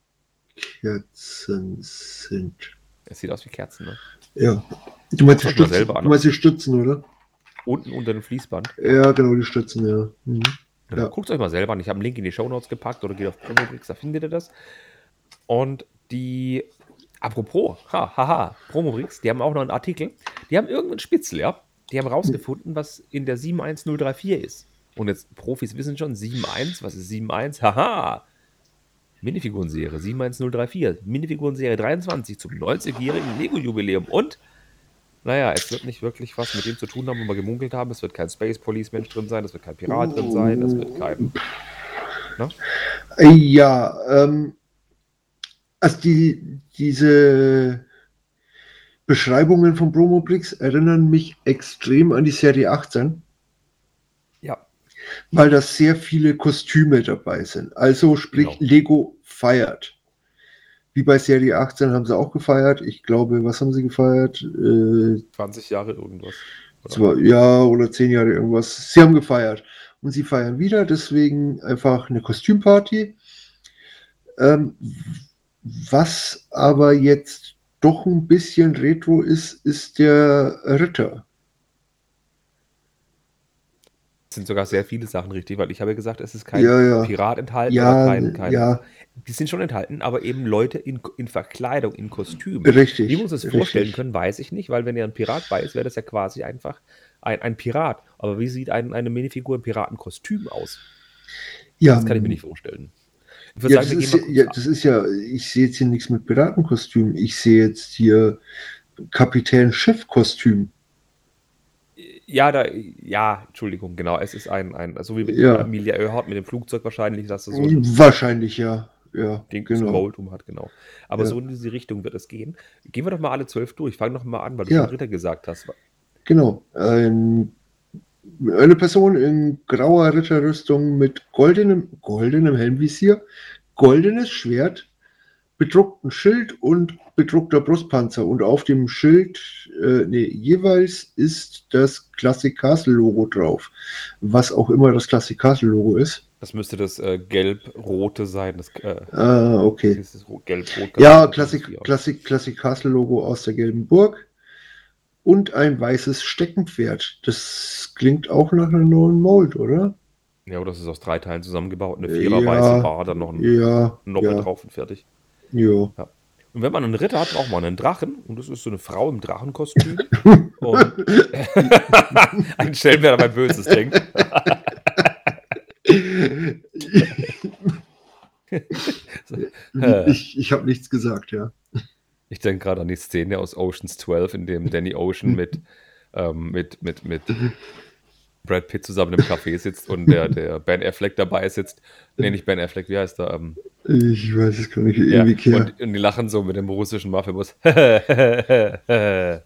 Kerzen sind. Es sieht aus wie Kerzen, ne? Ja. Du meinst die Guck mal Stützen, selber an. du meinst die Stützen, oder? Unten unter dem Fließband. Ja, genau, die Stützen, ja. Mhm. Genau. Ja. Guckt euch mal selber an. Ich habe einen Link in die Shownotes gepackt oder geht auf Promobricks, da findet ihr das. Und die, apropos, ha, haha, Promobricks, die haben auch noch einen Artikel. Die haben irgendeinen Spitzel, ja. Die haben rausgefunden, was in der sieben eins null drei vier ist. Und jetzt, Profis wissen schon, sieben eins, was ist sieben eins? Haha! Minifigurenserie sieben eins null drei vier. Minifigurenserie dreiundzwanzig zum neunzigjährigen Lego-Jubiläum. Und, naja, es wird nicht wirklich was mit dem zu tun haben, wo wir gemunkelt haben. Es wird kein Space Police-Mensch drin sein, es wird kein Pirat drin sein, es wird kein. Ne? Ja, ähm, also die, diese Beschreibungen von Promobricks erinnern mich extrem an die Serie achtzehn. Ja. Weil da sehr viele Kostüme dabei sind. Also sprich, Genau. Lego feiert. Wie bei Serie achtzehn haben sie auch gefeiert. Ich glaube, was haben sie gefeiert? Äh, zwanzig Jahre irgendwas. Oder? zwar, ja, oder zehn Jahre irgendwas. Sie haben gefeiert. Und sie feiern wieder, deswegen einfach eine Kostümparty. Ähm, was aber jetzt doch ein bisschen retro ist, ist der Ritter. Es sind sogar sehr viele Sachen richtig, weil ich habe ja gesagt, es ist kein Ja, ja. Pirat enthalten Ja, oder kein, kein ja. Die sind schon enthalten, aber eben Leute in, in Verkleidung, in Kostümen. Richtig. Wie wir uns das richtig. vorstellen können, weiß ich nicht, weil wenn ja ein Pirat bei ist, wäre das ja quasi einfach ein, ein Pirat. Aber wie sieht ein, eine Minifigur im Piratenkostüm aus? Ja, Das kann ich mir nicht vorstellen. Ich würde Ja, sagen, das wir ist gehen ja, mal ja, kurz das ist ja, ich sehe jetzt hier nichts mit Piratenkostüm. Ich sehe jetzt hier Kapitän-Chef-Kostüm. Ja, da, ja, Entschuldigung, genau. Es ist ein, ein so wie mit Ja. Amelia Earhart mit dem Flugzeug wahrscheinlich, dass er so ein Wahrscheinlich, ja. Ja, Ding zum genau. Mold um hat, genau. Aber Ja. so in diese Richtung wird es gehen. Gehen wir doch mal alle zwölf durch. Fang doch mal an, weil du Ja. schon Ritter gesagt hast. Genau. Ein, eine Person in grauer Ritterrüstung mit goldenem, goldenem Helmvisier, goldenes Schwert, bedruckten Schild und bedruckter Brustpanzer. Und auf dem Schild äh, nee, jeweils ist das Classic Castle Logo drauf. Was auch immer das Classic Castle Logo ist. Das müsste das äh, gelb-rote sein. Das, äh, Ah, okay. dieses Ro- gelb-rot. Ja, das Classic, hier. Classic, Classic Castle Logo aus der Gelben Burg. Und ein weißes Steckenpferd. Das klingt auch nach einem neuen Mold, oder? Ja, oder das ist aus drei Teilen zusammengebaut. Eine vierer Ja, weiße Bar, dann noch ein Ja, Noppel ja, drauf und fertig. ja. Und wenn man einen Ritter hat, braucht man einen Drachen. Und das ist so eine Frau im Drachenkostüm. Und ein Schelm, der dabei Böses denkt. Ich, ich habe nichts gesagt, ja. Ich denke gerade an die Szene aus Ocean's zwölf, in dem Danny Ocean mit, ähm, mit, mit, mit Brad Pitt zusammen im Café sitzt und der, der Ben Affleck dabei sitzt. Nee, nicht Ben Affleck, wie heißt er? Ähm, Ich weiß es gar nicht. ja, Ewig her. und, und die lachen so mit dem russischen Mafia-Boss. ja, ja.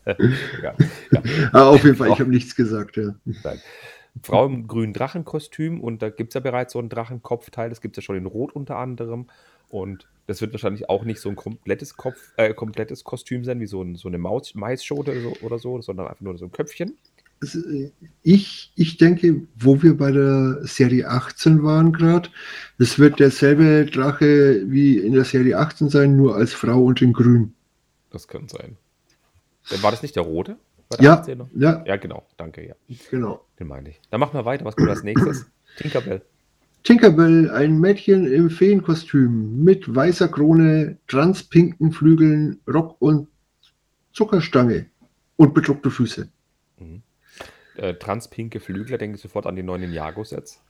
Ah, auf jeden Fall, ich habe nichts gesagt, ja. Nein. Frau im grünen Drachenkostüm und da gibt es ja bereits so ein Drachenkopfteil, das gibt es ja schon in Rot unter anderem und das wird wahrscheinlich auch nicht so ein komplettes Kopf, äh, komplettes Kostüm sein, wie so, ein, so eine Maus, Maisschote oder so, oder so, sondern einfach nur so ein Köpfchen. Es, äh, Ich, ich denke, wo wir bei der Serie achtzehn waren gerade, das wird derselbe Drache wie in der Serie achtzehn sein, nur als Frau und in grün. Das könnte sein. Dann war das nicht der rote? War der Ja, achtzehner? ja, Ja, genau, danke, ja. genau. Den meine ich. Dann machen wir weiter, was kommt als nächstes? Tinkerbell. Tinkerbell, ein Mädchen im Feenkostüm mit weißer Krone, transpinken Flügeln, Rock und Zuckerstange und bedruckte Füße. Mhm. Äh, transpinke Flügler, denke ich sofort an die neuen Ninjago-Sets.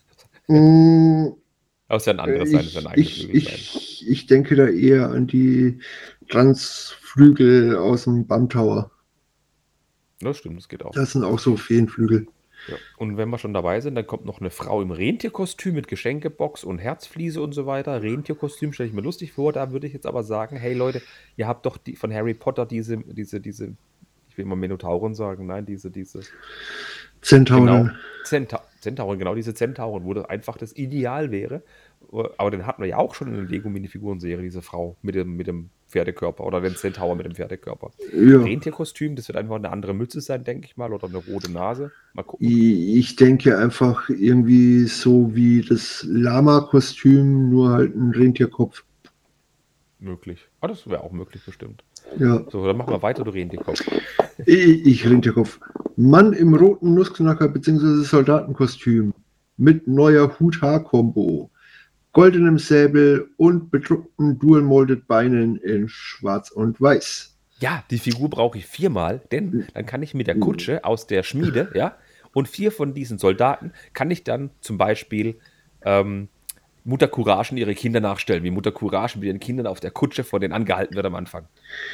Mm, Aber es ist ja ein anderes sein, es ich, ist ja ein eigenes ich, Flügel sein. ich, ich denke da eher an die Transflügel aus dem Bamtower. Das stimmt, das geht auch. Das sind auch so Feenflügel. Ja. Und wenn wir schon dabei sind, dann kommt noch eine Frau im Rentierkostüm mit Geschenkebox und Herzfliese und so weiter. Rentierkostüm stelle ich mir lustig vor. Da würde ich jetzt aber sagen, hey Leute, ihr habt doch die, von Harry Potter diese, diese, diese, ich will immer Minotauren sagen, nein, diese, diese, Zentauren. genau, Zenta Zentauren, genau, diese Zentauren, wo das einfach das Ideal wäre. Aber den hatten wir ja auch schon in der Lego-Minifiguren-Serie, diese Frau mit dem, mit dem Pferdekörper oder den Zentaur mit dem Pferdekörper. Ja. Rentierkostüm, das wird einfach eine andere Mütze sein, denke ich mal, oder eine rote Nase. Mal gucken. Ich, ich denke einfach irgendwie so wie das Lama-Kostüm, nur halt ein Rentierkopf. Möglich. Ah, das wäre auch möglich, bestimmt. Ja, So, dann machen wir weiter, du Rentierkopf. ich, ich Rentierkopf. Mann im roten Nussknacker bzw. Soldatenkostüm mit neuer Hut-Haar-Kombo, goldenem Säbel und bedruckten Dual-Molded Beinen in schwarz und weiß. Ja, die Figur brauche ich viermal, denn dann kann ich mit der Kutsche aus der Schmiede, ja, und vier von diesen Soldaten kann ich dann zum Beispiel ähm, Mutter Couragen ihre Kinder nachstellen, wie Mutter Couragen mit ihren Kindern auf der Kutsche von denen angehalten wird am Anfang.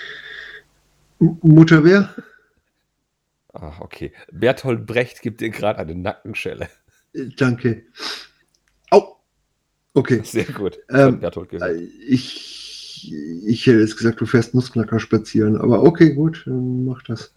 M- Mutter wer? Ah, okay. Bertolt Brecht gibt dir gerade eine Nackenschelle. Äh, Danke. Au! Okay. Sehr gut. Das hat Ähm, Bertolt gesagt. äh, ich, ich hätte jetzt gesagt, du fährst Nussknacker spazieren, aber okay, gut, dann mach das.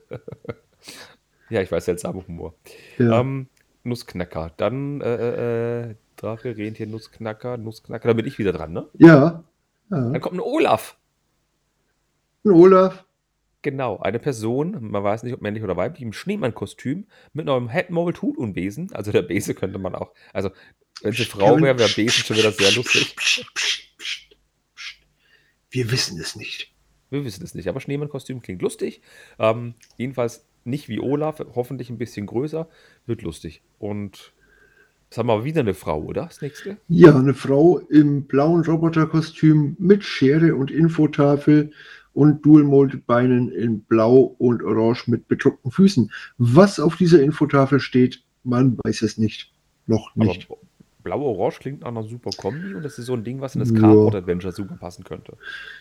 Ja, ich weiß, seltsamer Humor. Ja. Ähm, Nussknacker. Dann äh, äh, Drache, Rentier, Nussknacker, Nussknacker. Da bin ich wieder dran, ne? Ja. ja. Dann kommt ein Olaf. Ein Olaf. Genau, eine Person, man weiß nicht, ob männlich oder weiblich, im Schneemann-Kostüm mit einem Headmold, Hut und Besen. Also der Bese könnte man auch, also wenn es eine Frau wäre, wäre Besen schon wieder sehr lustig. Psst, psst, psst, psst. Wir wissen es nicht. Wir wissen es nicht, aber Schneemann-Kostüm klingt lustig. Ähm, jedenfalls nicht wie Olaf, hoffentlich ein bisschen größer, wird lustig. Und jetzt haben wir aber wieder eine Frau, oder? Das nächste? Ja, eine Frau im blauen Roboterkostüm mit Schere und Infotafel und Dual-Molded Beinen in blau und orange mit bedruckten Füßen. Was auf dieser Infotafel steht, man weiß es nicht. Noch nicht. Aber Blau-Orange klingt nach einer super Kombi und das ist so ein Ding, was in das Ja. Cardboard-Adventure super passen könnte.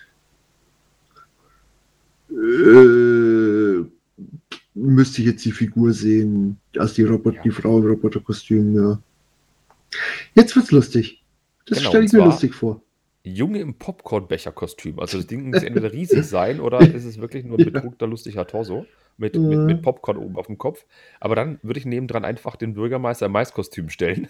Äh, müsste ich jetzt die Figur sehen, also die Robot, Ja. die Frau im Roboterkostüm, ja. Jetzt wird's lustig. Das Genau, stelle und ich mir zwar- lustig vor. Junge im Popcornbecher-Kostüm. Also das Ding muss entweder riesig sein oder ist es wirklich nur ein Ja. bedruckter, lustiger Torso mit, Ja. mit, mit Popcorn oben auf dem Kopf. Aber dann würde ich nebendran einfach den Bürgermeister im Maiskostüm stellen.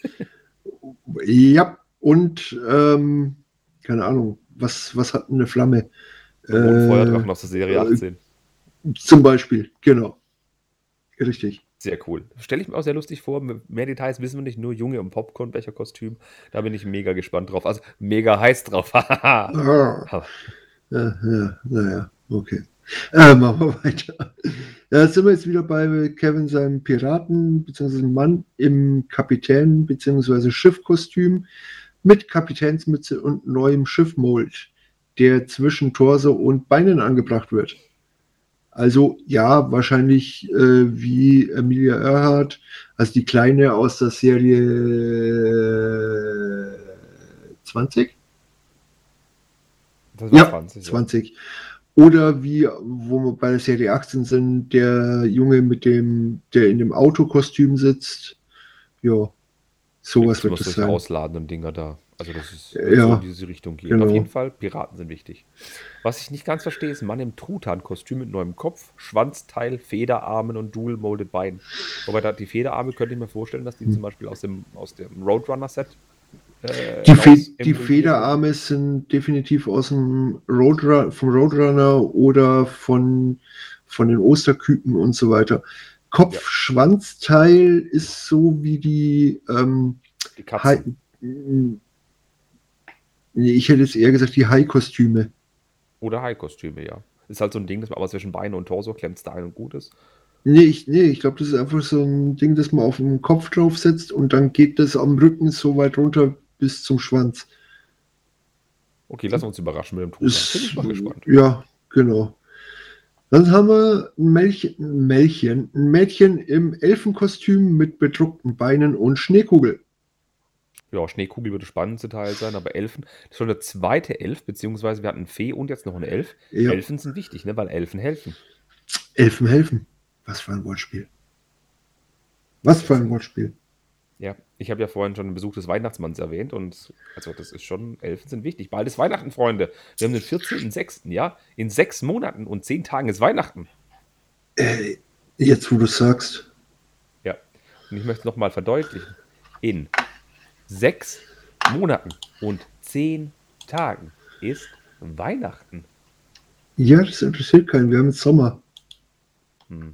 Ja, und ähm, keine Ahnung, was, was hat eine Flamme? Und Äh, Feuerdrachen aus der Serie äh, achtzehn. Zum Beispiel, genau. Richtig. Sehr cool. Stelle ich mir auch sehr lustig vor. Mehr Details wissen wir nicht, nur Junge im Popcornbecher-Kostüm. Da bin ich mega gespannt drauf. Also mega heiß drauf. Ah, Ha. ja, ja, naja, okay. Äh, machen wir weiter. Ja, jetzt sind wir jetzt wieder bei Kevin, seinem Piraten, beziehungsweise Mann im Kapitän, beziehungsweise Schiffkostüm mit Kapitänsmütze und neuem Schiffmold, der zwischen Torso und Beinen angebracht wird. Also ja, wahrscheinlich äh, wie Emilia Earhart, also die Kleine aus der Serie zwanzig? Das war Ja, zwanzig. Ja. zwanzig. Oder wie, wo wir bei der Serie achtzehn sind, der Junge mit dem, der in dem Autokostüm sitzt. Ja, sowas Du wird musst das solche sein. ausladenden Dinger da. Also das ist Ja, wird so in diese Richtung gehen. genau. Auf jeden Fall, Piraten sind wichtig. Was ich nicht ganz verstehe, ist ein Mann im Truthahn-Kostüm mit neuem Kopf, Schwanzteil, Federarmen und Dual-Molded Beinen. Wobei da die Federarme könnte ich mir vorstellen, dass die zum Beispiel aus dem, aus dem Roadrunner-Set äh, Die, Fe raus die embryoniert Federarme sind definitiv aus dem Roadrunner, vom Roadrunner oder von, von den Osterküken und so weiter. Kopf-Schwanzteil ist so wie die ähm, wurden. Die Hai, Katzen. nee, ich hätte jetzt eher gesagt die Hai-Kostüme. Oder Hai-Kostüme, ja. Ist halt so ein Ding, das man aber zwischen Beine und Torso klemmt da ein und gut ist. Nee, ich, nee, ich glaube, das ist einfach so ein Ding, das man auf den Kopf draufsetzt und dann geht das am Rücken so weit runter bis zum Schwanz. Okay, lassen wir uns überraschen mit dem Truthahn. Bin ich mal gespannt. Ja, genau. Dann haben wir ein Mädchen, ein Mädchen, ein Mädchen im Elfenkostüm mit bedruckten Beinen und Schneekugel. Ja, Schneekugel wird das spannendste Teil sein, aber Elfen, das ist schon der zweite Elf, beziehungsweise wir hatten einen Fee und jetzt noch eine Elf. Ja. Elfen sind wichtig, ne, weil Elfen helfen. Elfen helfen. Was für ein Wortspiel. Was für ein Wortspiel. Ja, ich habe ja vorhin schon den Besuch des Weihnachtsmanns erwähnt und also das ist schon, Elfen sind wichtig. Bald ist Weihnachten, Freunde. Wir haben den vierzehnten sechsten Ja, in sechs Monaten und zehn Tagen ist Weihnachten. Äh, jetzt, wo du sagst. Ja, und ich möchte es nochmal verdeutlichen. In sechs Monaten und zehn Tagen ist Weihnachten. Ja, das interessiert keinen. Wir haben jetzt Sommer. Hm.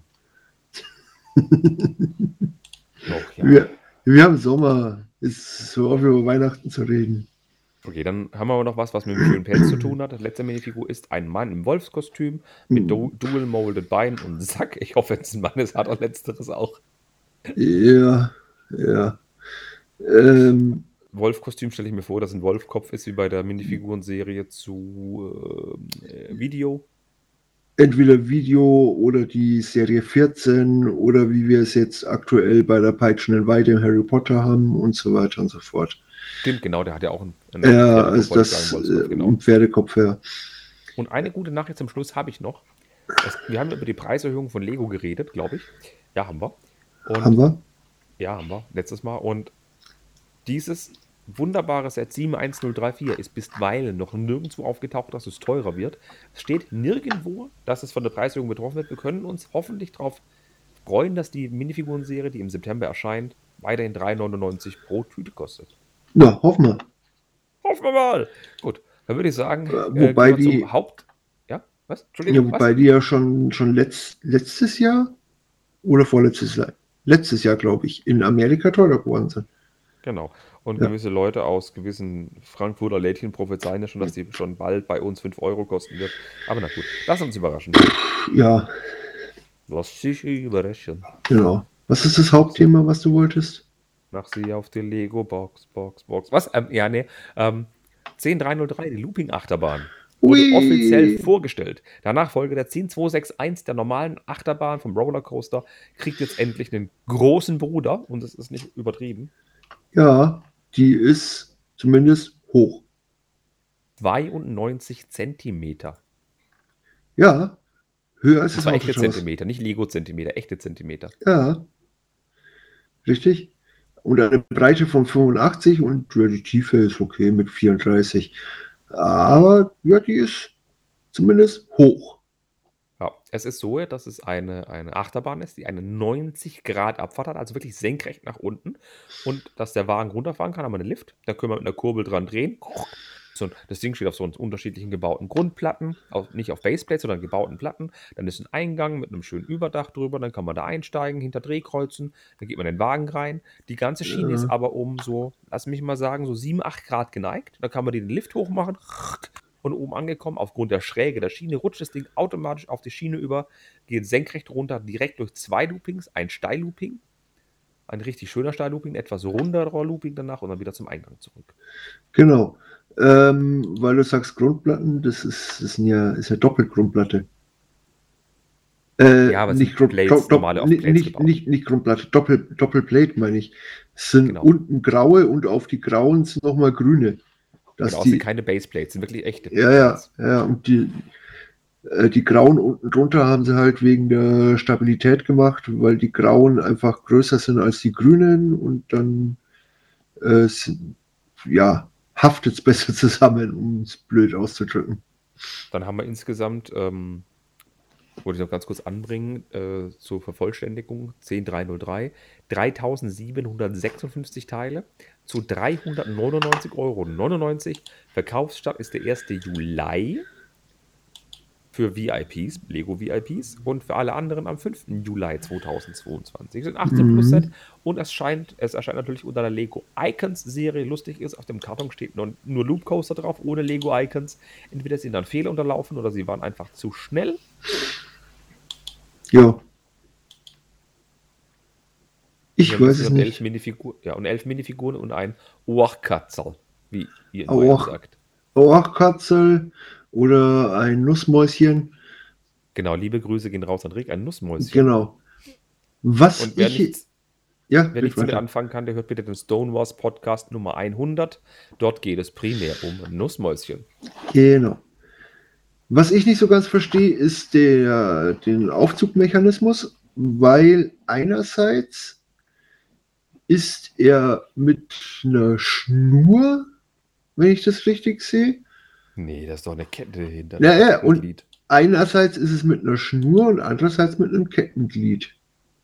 Doch, ja. Wir, wir haben Sommer. Ist so oft über Weihnachten zu reden. Okay, dann haben wir aber noch was, was mit dem schönen Pelz zu tun hat. Das letzte Minifigur ist ein Mann im Wolfskostüm mit du Dual Molded Beinen und Sack. Ich hoffe, wenn es ein Mann ist, hat er letzteres auch. Ja, ja. Ähm, Wolfkostüm stelle ich mir vor, dass ein Wolfkopf ist, wie bei der Minifigurenserie zu äh, Video. entweder Video oder die Serie vierzehn oder wie wir es jetzt aktuell bei der peitschenden Weide im Harry Potter haben und so weiter und so fort. Stimmt, genau, der hat ja auch einen, einen Ja, Pferdekopf, also wollte ich das sagen, Wolfskopf, äh, genau. ein Pferdekopf, ja. Und eine gute Nachricht zum Schluss habe ich noch. Es, wir haben über die Preiserhöhung von Lego geredet, glaube ich. Ja, haben wir. Und Haben wir? Ja, haben wir. Letztes Mal. Und dieses wunderbare Set sieben eins null drei vier ist bisweilen noch nirgendwo aufgetaucht, dass es teurer wird. Es steht nirgendwo, dass es von der Preiserhöhung betroffen wird. Wir können uns hoffentlich darauf freuen, dass die Minifiguren-Serie, die im September erscheint, weiterhin drei neunundneunzig pro Tüte kostet. Na, hoffen wir. Hoffen wir mal. Gut, dann würde ich sagen, Äh, wobei gehen wir die- zum Haupt... Ja, was? Ja, Entschuldigung, wobei was? die ja schon, schon letzt, letztes Jahr oder vorletztes Jahr, letztes Jahr, glaube ich, in Amerika teurer geworden sind. Genau. Und Ja. gewisse Leute aus gewissen Frankfurter Lädchen prophezeien ja schon, dass die schon bald bei uns fünf Euro kosten wird. Aber na gut, lass uns überraschen. Ja, Lass sich überraschen. genau. Was ist das Hauptthema, was du wolltest? Mach sie auf die Lego Box, Box, Box. Was? Ähm, ja, nee. Ähm, zehn drei null drei, die Looping-Achterbahn. Wurde Ui. offiziell vorgestellt. Danach folge der zehn zwei sechs eins der normalen Achterbahn vom Rollercoaster. Kriegt jetzt endlich einen großen Bruder. Und das ist nicht übertrieben. Ja, die ist zumindest hoch. zweiundneunzig Zentimeter. Ja, höher als Das das war echte Haunted House. Zentimeter, nicht Lego-Zentimeter, echte Zentimeter. Ja, richtig. Und eine Breite von fünfundachtzig und ja, die Tiefe ist okay mit vierunddreißig. Aber ja, die ist zumindest hoch. Ja, es ist so, dass es eine, eine Achterbahn ist, die eine neunzig Grad Abfahrt hat, also wirklich senkrecht nach unten. Und dass der Wagen runterfahren kann, haben wir einen Lift. Da können wir mit einer Kurbel dran drehen. So, das Ding steht auf so unterschiedlichen gebauten Grundplatten, auf, nicht auf Baseplates, sondern gebauten Platten. Dann ist ein Eingang mit einem schönen Überdach drüber, dann kann man da einsteigen, hinter Drehkreuzen, dann geht man in den Wagen rein. Die ganze Schiene Ja. ist aber um so, lass mich mal sagen, so sieben, acht Grad geneigt. Dann kann man den Lift hochmachen und oben angekommen, aufgrund der Schräge der Schiene, rutscht das Ding automatisch auf die Schiene über, geht senkrecht runter, direkt durch zwei Loopings, ein Steillooping, ein richtig schöner Steillooping, etwas runderer Looping danach und dann wieder zum Eingang zurück. Genau. Ähm, weil du sagst Grundplatten, das ist, das sind ja, ist ja Doppelgrundplatte. Äh, Ja, aber es nicht, sind Grund, Plates, do, do, normale auf nicht, Plates nicht, gebaut. nicht, nicht Grundplatte, Doppel, Doppelplate meine ich. Es sind Genau. unten graue und auf die grauen sind nochmal grüne. Dass Genau, es die, sind keine Baseplates, sind wirklich echte ja, ja, Plates. ja, und die, äh, die grauen unten drunter haben sie halt wegen der Stabilität gemacht, weil die grauen einfach größer sind als die grünen und dann äh, sind, ja, haftet es besser zusammen, um es blöd auszudrücken. Dann haben wir insgesamt, ähm, wollte ich noch ganz kurz anbringen, äh, zur Vervollständigung, zehn drei null drei, dreitausendsiebenhundertsechsundfünfzig Teile zu dreihundertneunundneunzig Euro neunundneunzig. Verkaufsstart ist der erste Juli für V I Ps, Lego V I Ps, und für alle anderen am fünften Juli zweitausendzweiundzwanzig. Es ist ein achtzehn Plus Set und es, scheint, es erscheint natürlich unter der Lego Icons Serie. Lustig ist, auf dem Karton steht nur, nur Loop Coaster drauf, ohne Lego Icons. Entweder sind dann Fehler unterlaufen oder sie waren einfach zu schnell. Ja. Ich Wir weiß müssen es und nicht. elf Minifiguren, ja, und elf Minifiguren und ein Ohrkatzel, wie ihr Ohr- Neuer sagt. Ohrkatzel oder ein Nussmäuschen. Genau, liebe Grüße gehen raus an Rick, ein Nussmäuschen. Genau. Was Und wer ich. nichts, ja, wer bitte nichts damit weiter. anfangen kann, der hört bitte den Stonewalls Podcast Nummer hundert. Dort geht es primär um Nussmäuschen. Genau. Was ich nicht so ganz verstehe, ist der, den Aufzugmechanismus, weil einerseits ist er mit einer Schnur, wenn ich das richtig sehe. Nee, da ist doch eine Kette hinter. Ja, das ja, und- Kettenglied. Einerseits ist es mit einer Schnur und andererseits mit einem Kettenglied.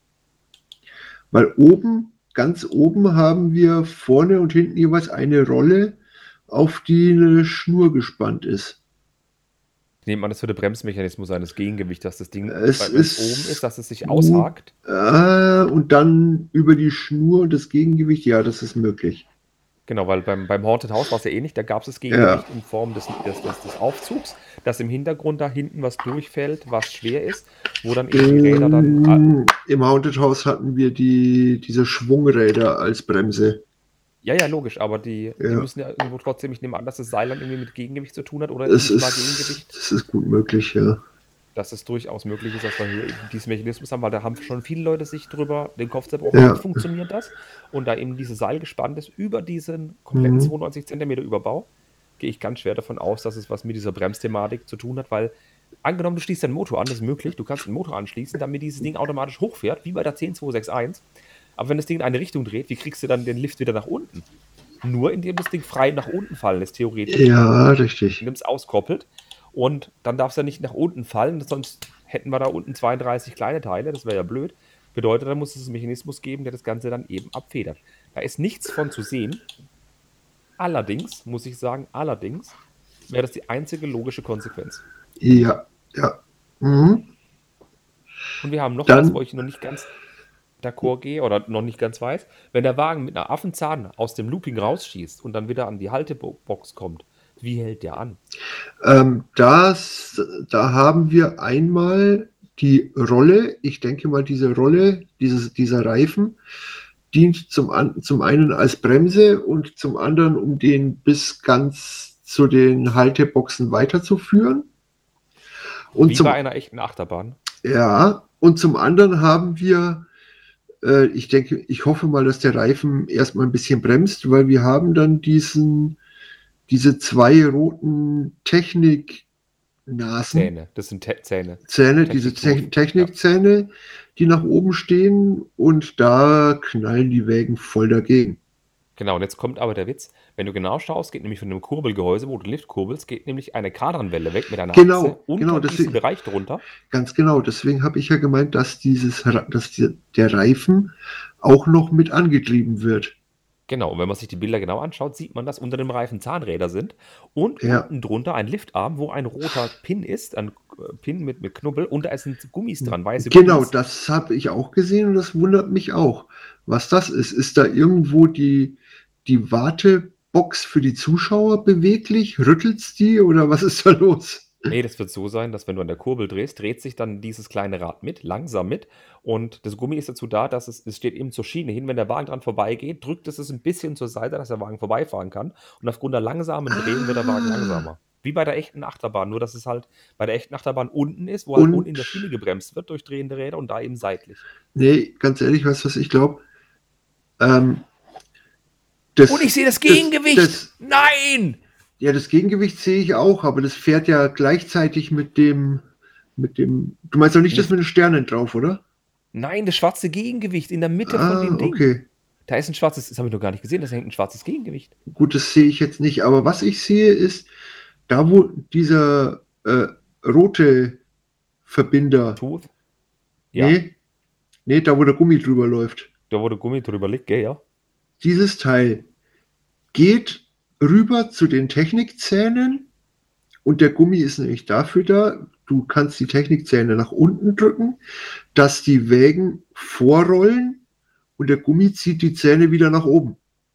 Weil oben, ganz oben haben wir vorne und hinten jeweils eine Rolle, auf die eine Schnur gespannt ist. Ich nehme an, das wird der Bremsmechanismus sein, das Gegengewicht, dass das Ding, Es weil wenn es ist- oben ist, dass es sich aushakt. Äh, und dann über die Schnur und das Gegengewicht, ja, das ist möglich. Genau, weil beim, beim Haunted House war es ja ähnlich, da gab es das Gegengewicht in Form des, des, des, des Aufzugs, dass im Hintergrund da hinten was durchfällt, was schwer ist, wo dann eben die Räder dann. Ähm, Im Haunted House hatten wir die, diese Schwungräder als Bremse. Ja, ja, logisch, aber die, die Ja. müssen ja irgendwo trotzdem, ich nehme an, dass das Seil dann irgendwie mit Gegengewicht zu tun hat oder Das nicht mal ist, Gegengewicht, das ist gut möglich, ja. dass es durchaus möglich ist, dass wir hier eben diesen Mechanismus haben, weil da haben schon viele Leute sich drüber den Kopf zerbrochen, Ja. wie funktioniert das? Und da eben dieses Seil gespannt ist über diesen kompletten Mhm. zweiundneunzig Zentimeter Überbau, gehe ich ganz schwer davon aus, dass es was mit dieser Bremsthematik zu tun hat, weil angenommen, du schließt deinen Motor an, das ist möglich, du kannst den Motor anschließen, damit dieses Ding automatisch hochfährt, wie bei der zehn zwei sechs eins. Aber wenn das Ding in eine Richtung dreht, wie kriegst du dann den Lift wieder nach unten? Nur indem das Ding frei nach unten fallen lässt, theoretisch. Ja, richtig. Indem es auskoppelt. Und dann darf es ja nicht nach unten fallen, sonst hätten wir da unten zweiunddreißig kleine Teile, das wäre ja blöd. Bedeutet, da muss es einen Mechanismus geben, der das Ganze dann eben abfedert. Da ist nichts von zu sehen. Allerdings, muss ich sagen, allerdings wäre das die einzige logische Konsequenz. Ja, ja. Mhm. Und wir haben noch Dann- was, wo ich noch nicht ganz d'accord gehe oder noch nicht ganz weiß. Wenn der Wagen mit einer Affenzahn aus dem Looping rausschießt und dann wieder an die Haltebox kommt, wie hält der an? Ähm, das, da haben wir einmal die Rolle, ich denke mal, diese Rolle, dieses, dieser Reifen, dient zum, an, zum einen als Bremse und zum anderen, um den bis ganz zu den Halteboxen weiterzuführen. Und Wie zum, bei einer echten Achterbahn. ja, und zum anderen haben wir äh, ich denke, ich hoffe mal, dass der Reifen erstmal ein bisschen bremst, weil wir haben dann diesen, diese zwei roten Technik-Nasen. Zähne, das sind Te Zähne. Zähne, diese Te Technikzähne, die nach oben stehen und da knallen die Wägen voll dagegen. Genau, und jetzt kommt aber der Witz. Wenn du genau schaust, geht nämlich von dem Kurbelgehäuse, wo du Lift kurbelst, geht nämlich eine Kardanwelle weg mit einer Genau, Achse unter genau, diesem deswegen- Bereich drunter. Ganz genau, deswegen habe ich ja gemeint, dass dieses, dass die, der Reifen auch noch mit angetrieben wird. Genau, und wenn man sich die Bilder genau anschaut, sieht man, dass unter dem Reifen Zahnräder sind und Ja. unten drunter ein Liftarm, wo ein roter Pin ist, ein äh, Pin mit, mit Knubbel, und da sind Gummis dran, weiße Genau, Gummis. das habe ich auch gesehen und das wundert mich auch. Was das ist, ist da irgendwo die, die Wartebox für die Zuschauer beweglich? Rüttelt's die oder was ist da los? Nee, das wird so sein, dass wenn du an der Kurbel drehst, dreht sich dann dieses kleine Rad mit, langsam mit. Und das Gummi ist dazu da, dass es, es steht eben zur Schiene hin. Wenn der Wagen dran vorbeigeht, drückt es es ein bisschen zur Seite, dass der Wagen vorbeifahren kann. Und aufgrund der langsamen Drehung wird der Wagen langsamer. Wie bei der echten Achterbahn, nur dass es halt bei der echten Achterbahn unten ist, wo halt Und- unten in der Schiene gebremst wird durch drehende Räder und da eben seitlich. Nee, ganz ehrlich, weißt du, was ich glaube? Ähm, das- Und ich sehe das das- Gegengewicht! das- Nein! Ja, das Gegengewicht sehe ich auch, aber das fährt ja gleichzeitig mit dem, mit dem. Du meinst doch nicht das mit den Sternen drauf, oder? Nein, das schwarze Gegengewicht in der Mitte Ah, von dem Ding. okay. Da ist ein schwarzes, das habe ich noch gar nicht gesehen, da hängt ein schwarzes Gegengewicht. Gut, das sehe ich jetzt nicht, aber was ich sehe ist, da wo dieser äh, rote Verbinder, Tooth. Ja, nee, nee, da wo der Gummi drüber läuft, da wo der Gummi drüber liegt, gell, ja. dieses Teil geht rüber zu den Technikzähnen und der Gummi ist nämlich dafür da, du kannst die Technikzähne nach unten drücken, dass die Wägen vorrollen und der Gummi zieht die Zähne wieder nach oben.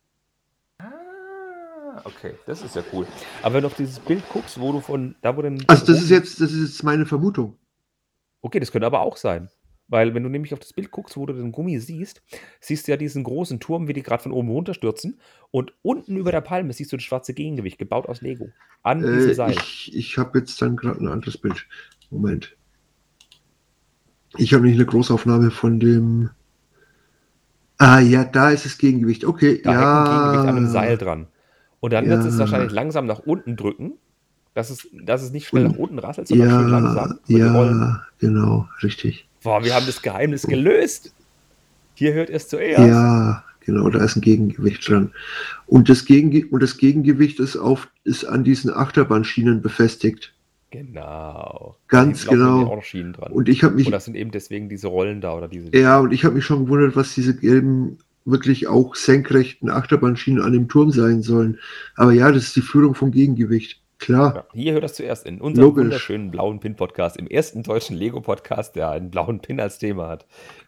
Ah, okay, das ist ja cool. Aber wenn du auf dieses Bild guckst, wo du von, da wo den... Also das ist jetzt, das ist jetzt meine Vermutung. Okay, das könnte aber auch sein. Weil wenn du nämlich auf das Bild guckst, wo du den Gummi siehst, siehst du ja diesen großen Turm, wie die gerade von oben runterstürzen. Und unten über der Palme siehst du das schwarze Gegengewicht, gebaut aus Lego. An diesem Äh, Seil. ich ich habe jetzt dann gerade ein anderes Bild. Moment. Ich habe nicht eine Großaufnahme von dem. Ah ja, da ist das Gegengewicht. Okay, Da ja. hängt ein Gegengewicht an einem Seil dran. Und dann wird es Ja. wahrscheinlich langsam nach unten drücken, dass es, dass es nicht schnell nach unten rasselt, sondern schön Ja, langsam. über die Rollen. ja, genau, richtig. Boah, wir haben das Geheimnis gelöst. Hier hört ihr es zuerst. Ja, genau, da ist ein Gegengewicht dran. Und das, Gegenge und das Gegengewicht ist, auf, ist an diesen Achterbahnschienen befestigt. Genau. Ganz Da hinten laufen genau. nämlich auch noch Schienen dran. Und ich habe mich, Und das sind eben deswegen diese Rollen da oder diese. ja, und ich habe mich schon gewundert, was diese gelben, wirklich auch senkrechten Achterbahnschienen an dem Turm sein sollen. Aber ja, das ist die Führung vom Gegengewicht. Klar. Ja, hier hört das zuerst in unserem Logisch. wunderschönen blauen Pin-Podcast, im ersten deutschen Lego-Podcast, der einen blauen Pin als Thema hat.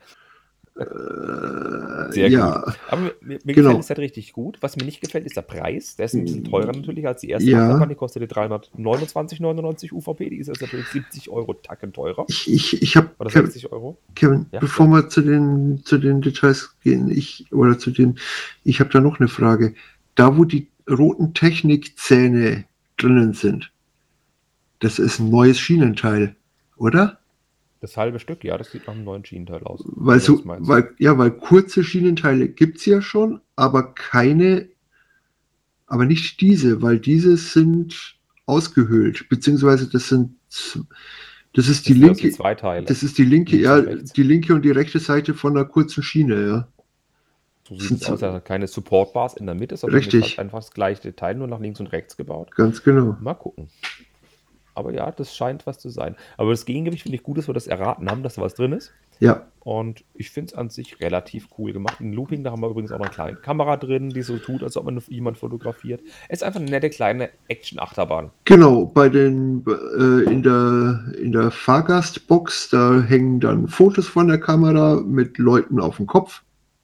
Äh, Sehr ja, gut. Aber mir, mir mir Genau. gefällt es halt richtig gut. Was mir nicht gefällt, ist der Preis. Der ist ein bisschen teurer natürlich als die erste Ja. Achterbahn. Die kostete dreihundertneunundzwanzig Euro neunundneunzig U V P. Die ist jetzt natürlich siebzig Euro Tacken teurer. Ich, ich, ich habe, Oder Kevin, sechzig Euro. Kevin Ja, bevor wir zu den, zu den Details gehen, ich, oder zu den, ich habe da noch eine Frage. Da, wo die roten Technikzähne drinnen sind, das ist ein neues Schienenteil, oder? Das halbe Stück, ja, das sieht nach einem neuen Schienenteil aus. Weil, Was so, du meinst. weil, ja, weil kurze Schienenteile gibt es ja schon, aber keine, aber nicht diese, weil diese sind ausgehöhlt, beziehungsweise das sind, z- das ist die Das sind also linke, zwei Teile. das ist die linke, Links ja, und rechts. die linke und die rechte Seite von einer kurzen Schiene, ja. So sind sieht es so- aus, er hat keine Support-Bars in der Mitte, sondern Richtig. ist halt einfach das gleiche Teil, nur nach links und rechts gebaut. Ganz genau. Mal gucken. Aber ja, das scheint was zu sein. Aber das Gegengewicht finde ich gut, dass wir das erraten haben, dass da was drin ist. Ja, Und ich finde es an sich relativ cool gemacht. Ein Looping, da haben wir übrigens auch noch eine kleine Kamera drin, die so tut, als ob man jemand fotografiert. Es ist einfach eine nette kleine Action-Achterbahn. genau. Bei den, äh, in der, in der Fahrgastbox, da hängen dann Fotos von der Kamera mit Leuten auf dem Kopf.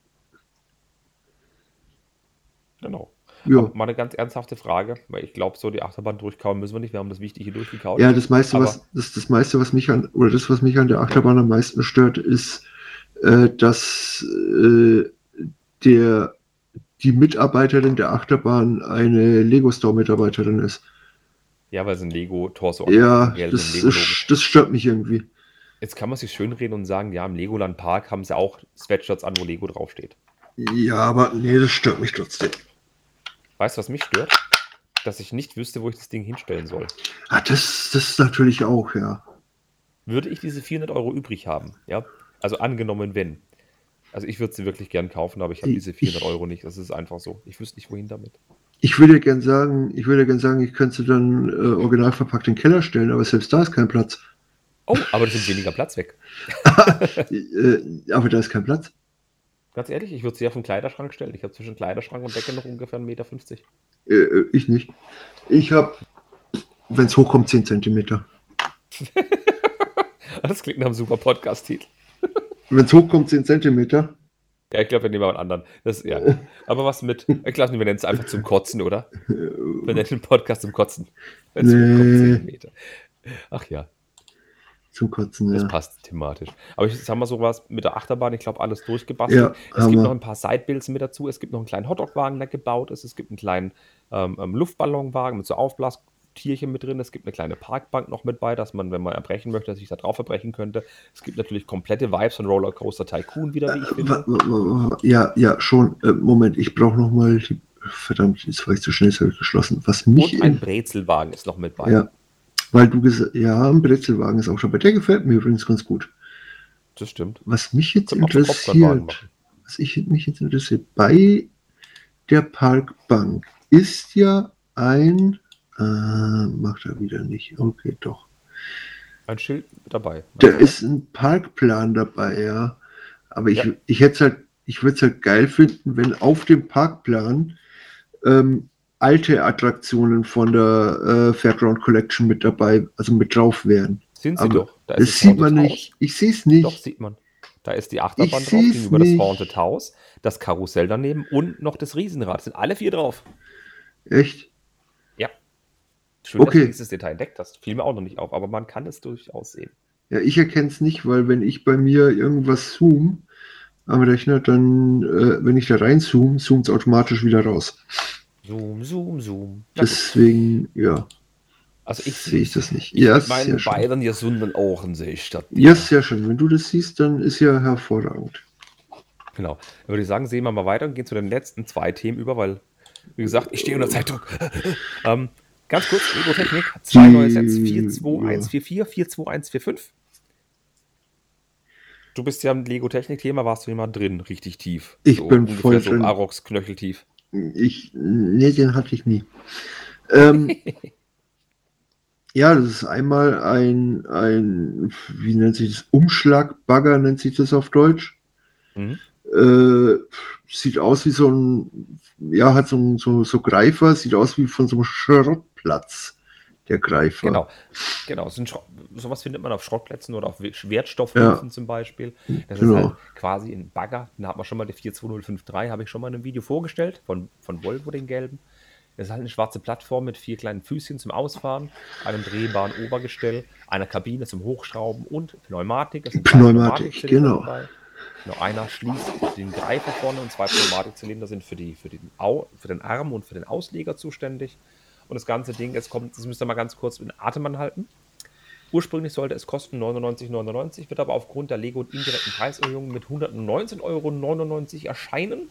Genau. Ja. Mal eine ganz ernsthafte Frage, weil ich glaube, so die Achterbahn durchkauen müssen wir nicht. Wir haben das Wichtige durchgekaut. Ja, das meiste, Aber- was das, das meiste, was mich an, oder das, was mich an der Achterbahn am meisten stört, ist, äh, dass äh, der die Mitarbeiterin der Achterbahn eine Lego Store Mitarbeiterin ist. Ja, weil es ein Lego-Torso Ja, gelb das, im Lego-Logo. ist, das stört mich irgendwie. Jetzt kann man sich schönreden und sagen, ja, im Legoland Park haben sie auch Sweatshirts an, wo Lego draufsteht. Ja, aber nee, das stört mich trotzdem. Weißt du, was mich stört? Dass ich nicht wüsste, wo ich das Ding hinstellen soll. Ah, das, das natürlich auch, ja. Würde ich diese vierhundert Euro übrig haben, ja, also angenommen, wenn. Also ich würde sie wirklich gern kaufen, aber ich habe Ich- diese vierhundert Euro nicht. Das ist einfach so. Ich wüsste nicht, wohin damit. Ich würde gern sagen, ich würde gern sagen, ich könnte sie dann äh, original verpackt in den Keller stellen, aber selbst da ist kein Platz. Oh, aber das sind weniger Platz weg. äh, aber da ist kein Platz. Ganz ehrlich, ich würde sie auf den Kleiderschrank stellen. Ich habe zwischen Kleiderschrank und Decke noch ungefähr einen Meter fünfzig. Äh, äh, ich nicht. Ich habe, wenn es hochkommt, zehn Zentimeter. Das klingt nach einem super Podcast-Titel. Wenn es hochkommt, zehn Zentimeter. Ja, ich glaube, wir nehmen mal einen anderen. Das, ja. Aber was mit, ich glaube, wir nennen es einfach zum Kotzen, oder? Wir nennen den Podcast zum Kotzen. Wenn es Nee. hochkommt, zehn Meter. Ach ja, Zum Kotzen, das ja. passt thematisch. Aber ich sag mal so was mit der Achterbahn, ich glaube, alles durchgebastelt. Ja, es haben gibt wir. noch ein paar Sidebuilds mit dazu. Es gibt noch einen kleinen Hotdog-Wagen, der gebaut ist. Es gibt einen kleinen ähm, ähm, Luftballonwagen mit so Aufblastierchen mit drin. Es gibt eine kleine Parkbank noch mit bei, dass man, wenn man erbrechen möchte, sich da drauf erbrechen könnte. Es gibt natürlich komplette Vibes von Rollercoaster Tycoon wieder, wie ich finde. Wa- wa- wa- wa- Ja, ja, schon. Äh, Moment, ich brauche noch mal die. Verdammt, jetzt war ich zu schnell, jetzt habe ich geschlossen. Was mich Und ein in, Brezelwagen ist noch mit bei. ja, weil du gesagt, ja, ein Brezelwagen ist auch schon bei. Der gefällt mir übrigens ganz gut. Das stimmt. Was mich jetzt Können wir auch so Popcornwagen interessiert, machen. was ich, mich jetzt interessiert, bei der Parkbank ist ja ein, äh, macht er wieder nicht, okay, doch. Ein Schild mit dabei. Da ist ein Parkplan dabei, ja. Aber ich, Ja. ich hätte halt, ich würde es halt geil finden, wenn auf dem Parkplan ähm, alte Attraktionen von der äh, Fairground Collection mit dabei, also mit drauf wären. Sind sie Aber doch. Da das ist sieht man Haunted nicht. Ich sehe es nicht. Doch, sieht man. Da ist die Achterbahn Ich drauf, seh's gegenüber das nicht. Haunted House, das Karussell daneben und noch das Riesenrad. Sind alle vier drauf. Echt? Ja. Schön, dass Okay. du dieses Detail entdeckt hast. Fiel mir auch noch nicht auf, aber man kann es durchaus sehen. Ja, ich erkenne es nicht, weil wenn ich bei mir irgendwas zoome am Rechner, dann, äh, wenn ich da reinzoome, zoomt es automatisch wieder raus. Zoom, zoom, zoom. Na gut. Deswegen, ja, Also ich sehe ich das nicht. Ich Ja, mit ist meinen sehr schön. beiden gesunden Augen sehe ich das. Ja, ist sehr schön. Wenn du das siehst, dann ist ja hervorragend. Genau. Dann würde ich sagen, sehen wir mal weiter und gehen zu den letzten zwei Themen über, weil, wie gesagt, ich stehe unter Zeitdruck. ähm, ganz kurz, Lego Technik, zwei Die- neue Sets, vier zwei eins vier vier, vier zwei eins vier fünf. Du bist ja im Lego Technik-Thema, warst du immer drin, richtig tief. Ich so bin ungefähr voll so drin. Arox knöcheltief. Ich, nee, den hatte ich nie. Ähm, ja, das ist einmal ein, ein, wie nennt sich das? Umschlagbagger nennt sich das auf Deutsch. Mhm. Äh, sieht aus wie so ein, ja, hat so, ein, so, so Greifer, sieht aus wie von so einem Schrottplatz, der Greifer. Genau, genau. Sind Schrott, sowas findet man auf Schrottplätzen oder auf Wertstoffhöfen zum Beispiel. Das Genau. ist halt quasi ein Bagger. Da hat man schon mal die vier zwei null fünf drei, habe ich schon mal in einem Video vorgestellt, von, von Volvo, den gelben. Das ist halt eine schwarze Plattform mit vier kleinen Füßchen zum Ausfahren, einem drehbaren Obergestell, einer Kabine zum Hochschrauben und Pneumatik. Das sind zwei Pneumatik, Pneumatikzylinder genau. dabei. Genau, einer schließt den Greifer vorne und zwei Pneumatikzylinder sind für, die, für, den Au, für den Arm und für den Ausleger zuständig. Und das ganze Ding, jetzt kommt, das müsst ihr mal ganz kurz in Atem anhalten. Ursprünglich sollte es kosten neunundneunzig Euro neunundneunzig, wird aber aufgrund der Lego und indirekten Preiserhöhungen mit hundertneunzehn Euro neunundneunzig erscheinen.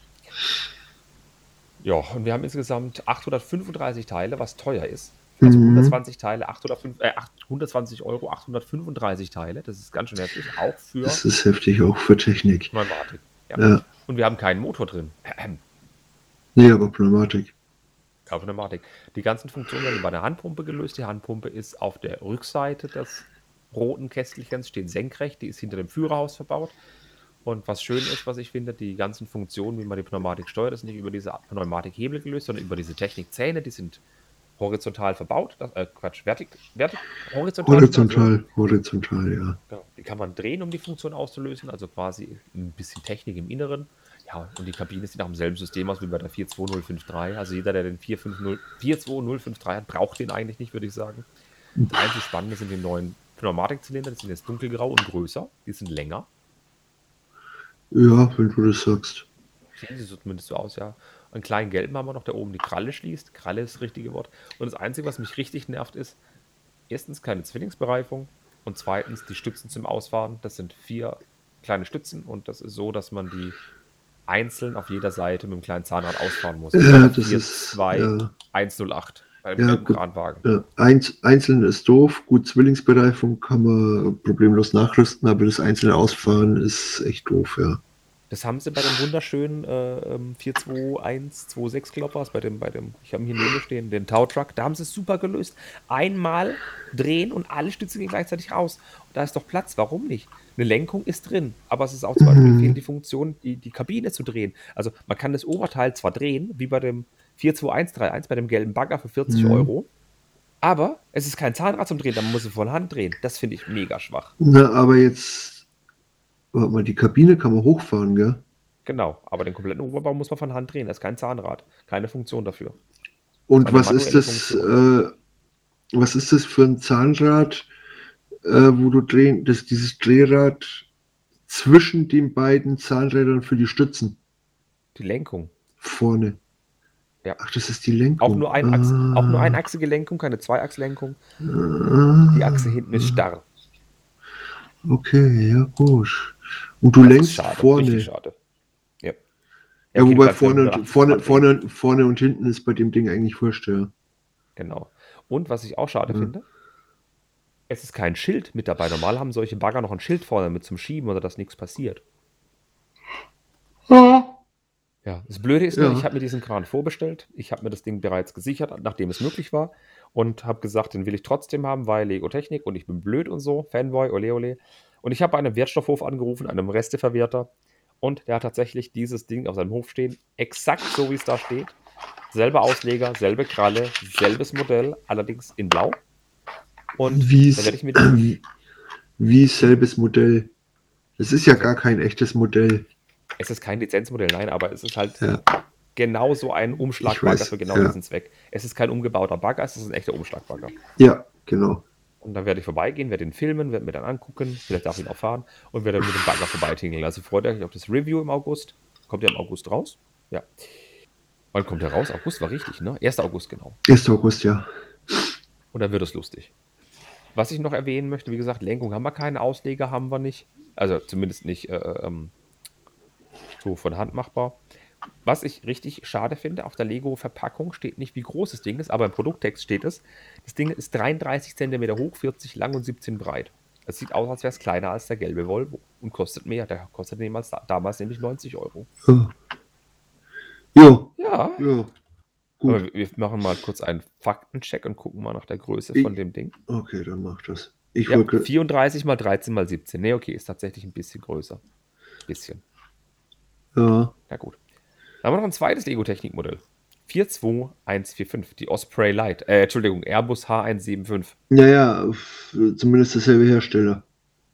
Ja, und wir haben insgesamt achthundertfünfunddreißig Teile, was teuer ist. Also Mhm. hundertzwanzig Teile, achthundertfünf, äh, hundertzwanzig Euro, achthundertfünfunddreißig Teile. Das ist ganz schön heftig, auch für Das ist heftig auch für Technik. Pneumatik. Ja. Ja. Und wir haben keinen Motor drin. Ahem. Nee, aber Pneumatik. Ja, Pneumatik. Die ganzen Funktionen werden bei der Handpumpe gelöst. Die Handpumpe ist auf der Rückseite des roten Kästelchens, steht senkrecht. Die ist hinter dem Führerhaus verbaut. Und was schön ist, was ich finde, die ganzen Funktionen, wie man die Pneumatik steuert, ist nicht über diese Pneumatikhebel gelöst, sondern über diese Technikzähne. Die sind horizontal verbaut. Das, äh, Quatsch, vertik, vertik, horizontal. Horizontal, horizontal, ja. Genau. Die kann man drehen, um die Funktion auszulösen, also quasi ein bisschen Technik im Inneren. Ja, und die Kabine sieht nach demselben System aus wie bei der vier zwei null fünf drei. Also jeder, der den vier zwei null fünf drei hat, braucht den eigentlich nicht, würde ich sagen. Das einzig Spannende sind die neuen Pneumatikzylinder, die sind jetzt dunkelgrau und größer. Die sind länger. Ja, wenn du das sagst. Sehen sie so zumindest so aus, ja. Einen kleinen gelben haben wir noch, der oben die Kralle schließt. Kralle ist das richtige Wort. Und das Einzige, was mich richtig nervt, ist, erstens keine Zwillingsbereifung Und zweitens die Stützen zum Ausfahren. Das sind vier kleine Stützen und das ist so, dass man die einzeln auf jeder Seite mit einem kleinen Zahnrad ausfahren muss. Ja, das ist ja, eins null acht beim ja, gelben gut. Kranwagen. Ja, eins, einzeln ist doof. Gut, Zwillingsbereifung kann man problemlos nachrüsten, aber das einzelne Ausfahren ist echt doof, ja. Das haben sie bei dem wunderschönen äh, vier zwei eins zwei sechs Kloppers, bei dem, bei dem, ich habe ihn hier neben mir stehen, den Tow-Truck, da haben sie es super gelöst. Einmal drehen und alle Stützen gehen gleichzeitig raus. Und da ist doch Platz, warum nicht? Eine Lenkung ist drin, aber es ist auch zum Beispiel fehlt die Funktion, die, die Kabine zu drehen. Also man kann das Oberteil zwar drehen, wie bei dem vier zwei eins drei eins, bei dem gelben Bagger für vierzig Mhm. Euro, aber es ist kein Zahnrad zum Drehen, da muss man von Hand drehen. Das finde ich mega schwach. Na, aber jetzt, warte mal, die Kabine kann man hochfahren, gell? Genau, aber den kompletten Oberbau muss man von Hand drehen. Das ist kein Zahnrad, keine Funktion dafür. Und Eine was ist manuelle das, äh, was ist das für ein Zahnrad, äh, wo du drehen, das dieses Drehrad zwischen den beiden Zahnrädern für die Stützen Die Lenkung. vorne? Ja. Ach, das ist die Lenkung. Auch nur, ein Achse, ah, auch nur einachsige Lenkung, keine Zweiachslenkung. ah, Die Achse hinten ist starr. Okay, ja gut. Und du Das ist lenkst schade, vorne. richtig schade. Ja, Ja, okay, du wobei kannst ja vorne, und, hundertachtzig vorne, Grad drehen. vorne, vorne und hinten ist bei dem Ding eigentlich wurscht, ja. Genau. Und was ich auch schade Ja. finde, es ist kein Schild mit dabei. Normal haben solche Bagger noch ein Schild vorne mit zum Schieben oder dass nichts passiert. Ja, das Blöde ist nur, Ja. ich habe mir diesen Kran vorbestellt. Ich habe mir das Ding bereits gesichert, nachdem es möglich war. Und habe gesagt, den will ich trotzdem haben, weil Lego Technik und ich bin blöd und so. Fanboy, ole ole. Und ich habe bei einem Wertstoffhof angerufen, einem Resteverwerter. Und der hat tatsächlich dieses Ding auf seinem Hof stehen. Exakt so, wie es da steht. Selber Ausleger, selbe Kralle, selbes Modell, allerdings in Blau. Und Wie dann werde ich mir den, wie, wie selbes Modell. Das ist ja gar kein echtes Modell. es ist kein Lizenzmodell, nein, aber es ist halt Ja. genau so ein Ich Umschlagbagger weiß, für genau ja. diesen Zweck. Es ist kein umgebauter Bagger, es ist ein echter Umschlagbagger. Ja, genau. Und dann werde ich vorbeigehen, werde den filmen, werde mir dann angucken, vielleicht darf ich ihn auch fahren und werde dann mit dem Bagger vorbeitingeln. Also freut euch auf das Review im August. Kommt der im August raus? Ja. Wann kommt der raus? August war richtig, ne? erster August, genau. erster August, ja. Und dann wird es lustig. Was ich noch erwähnen möchte, wie gesagt, Lenkung haben wir keine, Ausleger haben wir nicht. Also zumindest nicht äh, ähm, so von Hand machbar. Was ich richtig schade finde, auf der Lego-Verpackung steht nicht, wie groß das Ding ist, aber im Produkttext steht es. Das Ding ist dreiunddreißig Zentimeter hoch, vierzig lang und siebzehn breit. Es sieht aus, als wäre es kleiner als der gelbe Volvo und kostet mehr. Der kostet damals, damals nämlich neunzig Euro. Ja. Jo, Ja, ja. Gut. aber wir machen mal kurz einen Faktencheck und gucken mal nach der Größe Ich- von dem Ding. Okay, dann mach das. Ich Ja, wollte. vierunddreißig mal dreizehn mal siebzehn. Ne, okay, ist tatsächlich ein bisschen größer. Bisschen. Ja. Na gut. Dann haben wir noch ein zweites Lego-Technik-Modell. vier zwei eins vier fünf, die Osprey Light. Äh, Entschuldigung, Airbus H eins sieben fünf. Naja, f- zumindest derselbe Hersteller.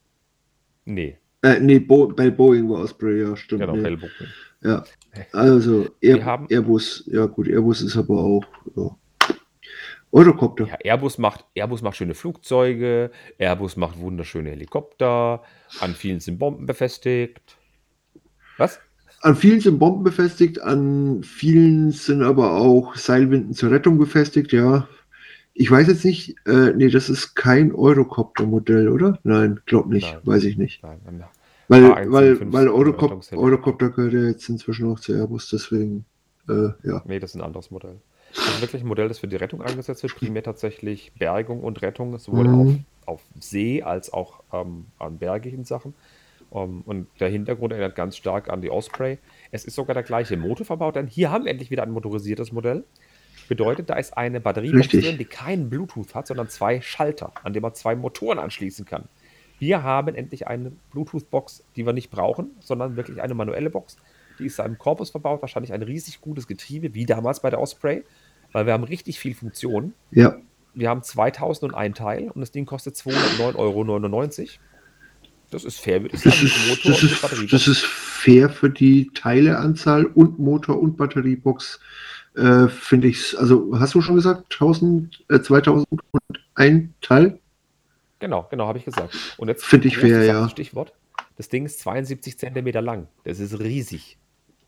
Nee, Äh, nee, Bo bei Boeing war Osprey, ja, stimmt. genau, nee. Bell Booking. Ja. Also, Air Wir haben- Airbus, ja gut, Airbus ist aber auch. Ja. Eurocopter. Ja, Airbus macht, Airbus macht schöne Flugzeuge, Airbus macht wunderschöne Helikopter, an vielen sind Bomben befestigt. Was? An vielen sind Bomben befestigt, an vielen sind aber auch Seilwinden zur Rettung befestigt, ja. Ich weiß jetzt nicht, äh, nee, das ist kein Eurocopter-Modell, oder? Nein, glaub nicht, Nein. weiß ich nicht. Nein, nein, Weil, H eins weil, sieben fünf weil ist ein Eurocop Rettungshelikopter. Eurocopter gehört ja jetzt inzwischen auch zu Airbus, deswegen, äh, ja. Nee, das ist ein anderes Modell. Das ist wirklich ein Modell, das für die Rettung eingesetzt wird, primär tatsächlich Bergung und Rettung, sowohl Mhm. auf, auf See als auch ähm, an bergigen Sachen. Um, und der Hintergrund erinnert ganz stark an die Osprey. Es ist sogar der gleiche Motor verbaut, denn hier haben wir endlich wieder ein motorisiertes Modell. Bedeutet, da ist eine Batteriebox Richtig. drin, die keinen Bluetooth hat, sondern zwei Schalter, an denen man zwei Motoren anschließen kann. Wir haben endlich eine Bluetooth-Box, die wir nicht brauchen, sondern wirklich eine manuelle Box. Die ist im Korpus verbaut, wahrscheinlich ein riesig gutes Getriebe, wie damals bei der Osprey, weil wir haben richtig viel Funktion. Ja, Wir haben zweitausendeins Teil und das Ding kostet zweihundertneun Euro neunundneunzig. Das ist fair, würde ich das sagen, mit ist, Motor das, und mit ist, Batteriebox. das ist fair für die Teileanzahl und Motor und Batteriebox, äh, finde ich. Also, hast du schon gesagt, tausend, äh, zweitausendeins Teil? Genau, genau, habe ich gesagt. Und jetzt Finde ich groß, fair, das ja. das Stichwort. Das Ding ist zweiundsiebzig Zentimeter lang. Das ist riesig.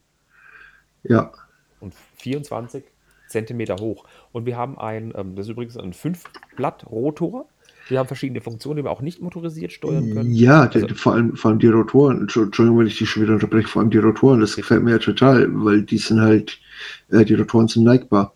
Ja, Und vierundzwanzig Zentimeter hoch. Und wir haben ein, ähm, das ist übrigens ein fünf Blatt Rotor. Die haben verschiedene Funktionen, die wir auch nicht motorisiert steuern können. Ja, die, Also- vor, allem, vor allem die Rotoren, Entschuldigung, wenn ich die schon wieder unterbreche, vor allem die Rotoren, das gefällt mir ja total, weil die sind halt, äh, die Rotoren sind neigbar.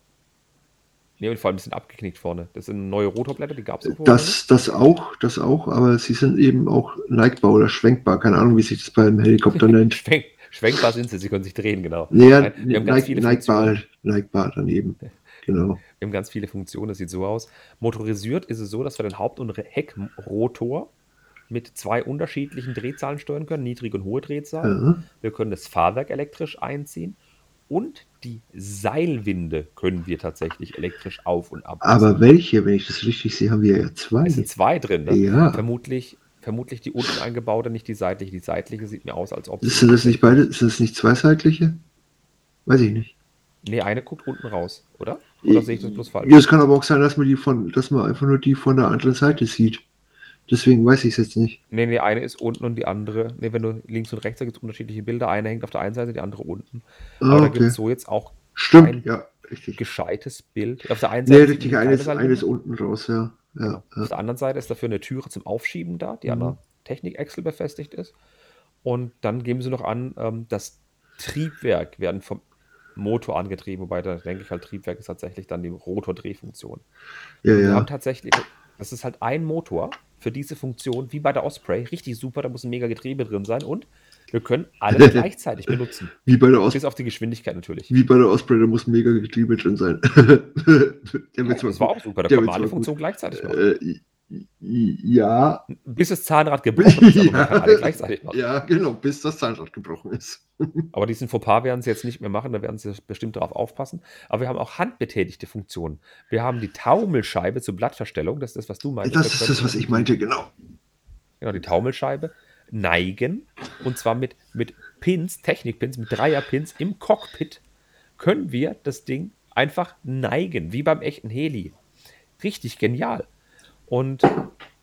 Nee, und vor allem, die sind abgeknickt vorne. Das sind neue Rotorblätter, die gab es irgendwo. Das, das auch, das auch, aber sie sind eben auch neigbar oder schwenkbar, keine Ahnung, wie sich das beim Helikopter nennt. Schwenk, schwenkbar sind sie, sie können sich drehen, genau. Naja, Nein, wir haben ganz neig, viele neigbar, Funktionen. neigbar daneben. Genau. Wir haben ganz viele Funktionen, das sieht so aus. Motorisiert ist es so, dass wir den Haupt- und Heckrotor mit zwei unterschiedlichen Drehzahlen steuern können, niedrige und hohe Drehzahlen. Ja. Wir können das Fahrwerk elektrisch einziehen und die Seilwinde können wir tatsächlich elektrisch auf- und ab. Aber welche, wenn ich das richtig sehe, haben wir ja zwei. Es sind zwei drin, ne? Ja. Vermutlich, vermutlich die unten eingebaute, nicht die seitliche. Die seitliche sieht mir aus, als ob Sind das nicht beide, sind das nicht zweiseitliche? Weiß ich nicht. Nee, eine guckt unten raus, oder? Oder sehe ich das bloß falsch? Ja, es kann aber auch sein, dass man die von, dass man einfach nur die von der anderen Seite sieht. Deswegen weiß ich es jetzt nicht. Nee, nee, eine ist unten und die andere. Nee, wenn du links und rechts, da gibt es unterschiedliche Bilder. Eine hängt auf der einen Seite, die andere unten. Ah, Aber da okay. gibt es so jetzt auch Stimmt, ein ja, richtig. gescheites Bild. Auf der einen Nee, Seite sieht richtig, man die eines, kleine eines Seilwinde. unten raus, ja. Ja, ja. Auf der anderen Seite ist dafür eine Türe zum Aufschieben da, die an Mhm. der Technik-Excel befestigt ist. Und dann geben sie noch an, ähm, das Triebwerk werden vom Motor angetrieben, wobei da denke ich halt, Triebwerk ist tatsächlich dann die Rotordrehfunktion. Ja, Wir ja. haben tatsächlich, das ist halt ein Motor für diese Funktion, wie bei der Osprey. Richtig super, da muss ein mega Getriebe drin sein und wir können alles gleichzeitig benutzen. Wie bei der Os Bis auf die Geschwindigkeit natürlich. wie bei der Osprey, da muss mega Getriebe drin sein. der Ja, wird zwar- das war auch super, da der kann wird man alle zwar Funktionen gleichzeitig machen. Äh, i- i- ja, Bis das Zahnrad gebrochen ist, aber man kann alle ja, gleichzeitig machen. ja, genau, bis das Zahnrad gebrochen ist. Aber diesen Fauxpas werden sie jetzt nicht mehr machen, da werden sie bestimmt darauf aufpassen. Aber wir haben auch handbetätigte Funktionen. Wir haben die Taumelscheibe zur Blattverstellung, das ist das, was du meintest. Das Da ist können das, was wir ich meinte, genau. Genau, die Taumelscheibe neigen und zwar mit, mit Pins, Technikpins, mit Dreierpins im Cockpit können wir das Ding einfach neigen, wie beim echten Heli. Richtig genial. Und wir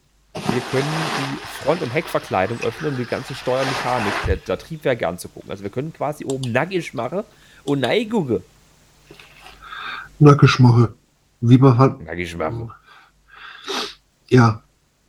können die Front- und Heckverkleidung öffnen, um die ganze Steuermechanik der, der Triebwerke anzugucken. Also wir können quasi oben nackig machen und neigucken. Nackenschmache. Wie man hat. Nackig machen. Ja.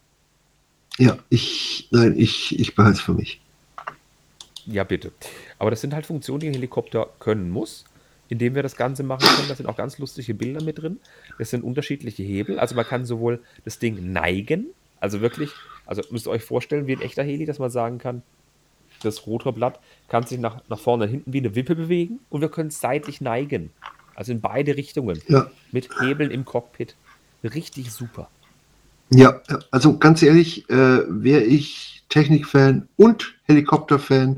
Ja, ich, nein, ich, ich behalte es für mich. Ja, bitte. Aber das sind halt Funktionen, die ein Helikopter können muss, indem wir das Ganze machen können. Da sind auch ganz lustige Bilder mit drin. Das sind unterschiedliche Hebel. Also man kann sowohl das Ding neigen, also wirklich, also müsst ihr euch vorstellen, wie ein echter Heli, dass man sagen kann, das Rotorblatt kann sich nach, nach vorne und hinten wie eine Wippe bewegen und wir können es seitlich neigen. Also in beide Richtungen. Ja. Mit Hebeln im Cockpit. Richtig super. Ja, also ganz ehrlich, äh, wäre ich Technikfan und Helikopterfan,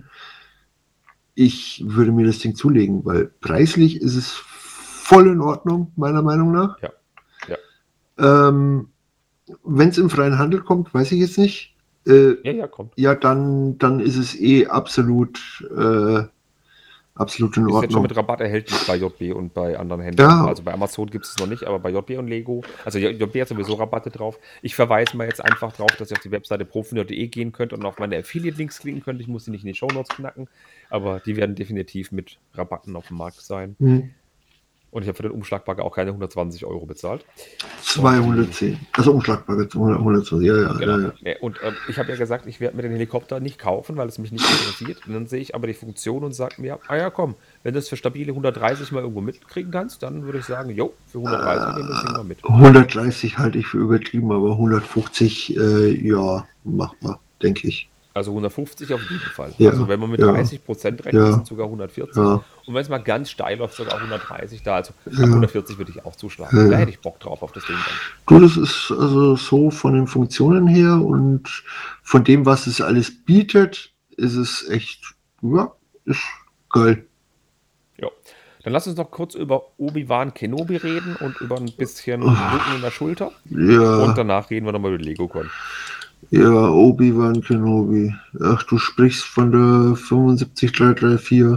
ich würde mir das Ding zulegen, weil preislich ist es voll in Ordnung, meiner Meinung nach. Ja. Ja. Ähm, wenn es im freien Handel kommt, weiß ich jetzt nicht. Äh, Ja, ja, kommt. ja, dann, dann ist es eh absolut, äh, absolut in Ist jetzt schon Ordnung. mit Rabatt erhältlich bei J B und bei anderen Händlern. Ja. Also bei Amazon gibt es es noch nicht, aber bei J B und Lego, also J B hat sowieso Rabatte drauf. Ich verweise mal jetzt einfach drauf, dass ihr auf die Webseite profi punkt de gehen könnt und auf meine Affiliate-Links klicken könnt. Ich muss die nicht in die Shownotes knacken, aber die werden definitiv mit Rabatten auf dem Markt sein. Hm. Und ich habe für den Umschlagbagger auch keine hundertzwanzig Euro bezahlt. zweihundertzehn. Also Umschlagbar, hundertzwanzig, ja, ja, Genau. ja, ja. Nee, und ähm, ich habe ja gesagt, ich werde mir den Helikopter nicht kaufen, weil es mich nicht interessiert. Und dann sehe ich aber die Funktion und sage mir, ah ja, komm, wenn du es für stabile hundertdreißig mal irgendwo mitkriegen kannst, dann würde ich sagen, jo, für hundertdreißig nehmen wir das Ding mal mit. hundertdreißig halte ich für übertrieben, aber hundertfünfzig, äh, ja, machbar, denke ich. Also hundertfünfzig auf jeden Fall. Ja, Also wenn man mit ja, dreißig Prozent rechnet, ja, sind sogar hundertvierzig. ja. Und wenn es mal ganz steil läuft, sogar hundertdreißig da. Also Ja. ab hundertvierzig würde ich auch zuschlagen. Ja. Da hätte ich Bock drauf auf das Ding dann. Du, das ist also so von den Funktionen her und von dem, was es alles bietet, ist es echt, ja, ist geil. Ja. Dann lass uns noch kurz über Obi-Wan Kenobi reden und über ein bisschen Rücken in der Schulter. Und Ja, danach reden wir nochmal über Lego-Con. ja, Obi-Wan Kenobi. Ach, du sprichst von der fünfundsiebzig drei drei vier.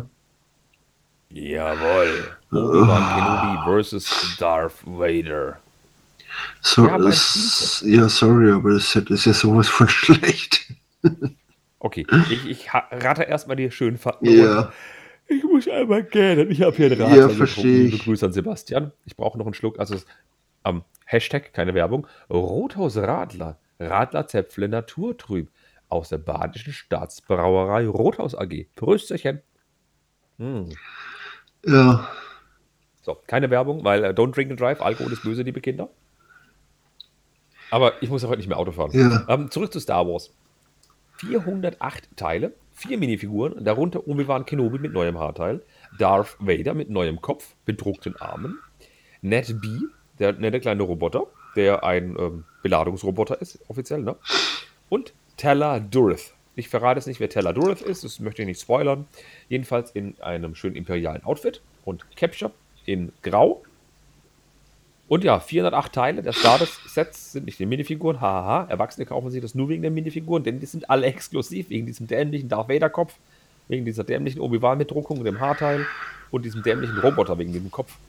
Jawohl. Obi-Wan Kenobi versus Darth Vader. So, Wir haben ein es, ja, sorry, aber das Set ist ja sowas von schlecht. Okay, ich, ich ha- rate erstmal die schönen Fakten. Ja, Ich muss einmal gähnen. Ich habe hier einen Ja, Radler getrunken. versteh ich. Liebe Grüße an Sebastian. Ich brauche noch einen Schluck. Also, es- ähm, Hashtag, keine Werbung, Rothaus Radler, Radlerzäpfle naturtrüb, aus der Badischen Staatsbrauerei Rothaus A G. Prösterchen. Hm. Ja, So, keine Werbung, weil äh, don't drink and drive, Alkohol ist böse, liebe Kinder. Aber ich muss ja heute nicht mehr Auto fahren. Ja. Ähm, zurück zu Star Wars. vierhundertacht Teile, vier Minifiguren, darunter Obi-Wan Kenobi mit neuem Haarteil, Darth Vader mit neuem Kopf, bedruckten Armen, Ned B, der nette kleine Roboter, der ein ähm, Beladungsroboter ist, offiziell, ne? Und Tala Durith. Ich verrate jetzt nicht, wer Tala Durith ist, das möchte ich nicht spoilern. Jedenfalls in einem schönen imperialen Outfit und Capture in Grau. Und ja, vierhundertacht Teile der Stardust-Sets sind nicht die Minifiguren, hahaha. Erwachsene kaufen sich das nur wegen der Minifiguren, denn die sind alle exklusiv, wegen diesem dämlichen Darth Vader-Kopf, wegen dieser dämlichen Obi-Wan-Bedruckung, dem Haarteil und diesem dämlichen Roboter wegen diesem Kopf.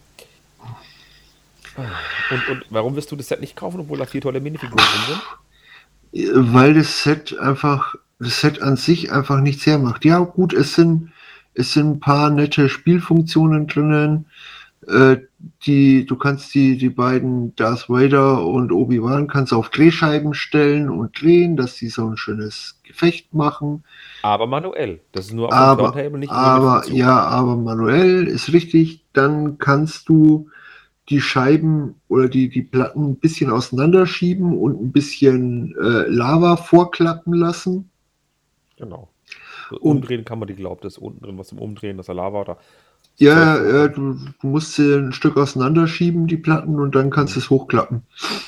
Und, und warum wirst du das Set nicht kaufen, obwohl da vier tolle Minifiguren drin sind? weil das Set einfach, das Set an sich einfach nichts hermacht. Ja, gut, es sind, es sind ein paar nette Spielfunktionen drinnen. Äh, die, du kannst die, die beiden Darth Vader und Obi-Wan kannst auf Drehscheiben stellen und drehen, dass sie so ein schönes Gefecht machen. Aber manuell. Das ist nur auf Aber, dem Turntable, nicht aber Funktion. ja, aber manuell ist richtig. Dann kannst du die Scheiben oder die, die Platten ein bisschen auseinanderschieben und ein bisschen äh, Lava vorklappen lassen. Genau. So Und- umdrehen kann man die, glaubt, das ist unten drin was zum Umdrehen, das ist der Lava oder. Ja, Zeug ja hoch. du, du musst sie ein Stück auseinanderschieben, die Platten, und dann kannst du es hochklappen.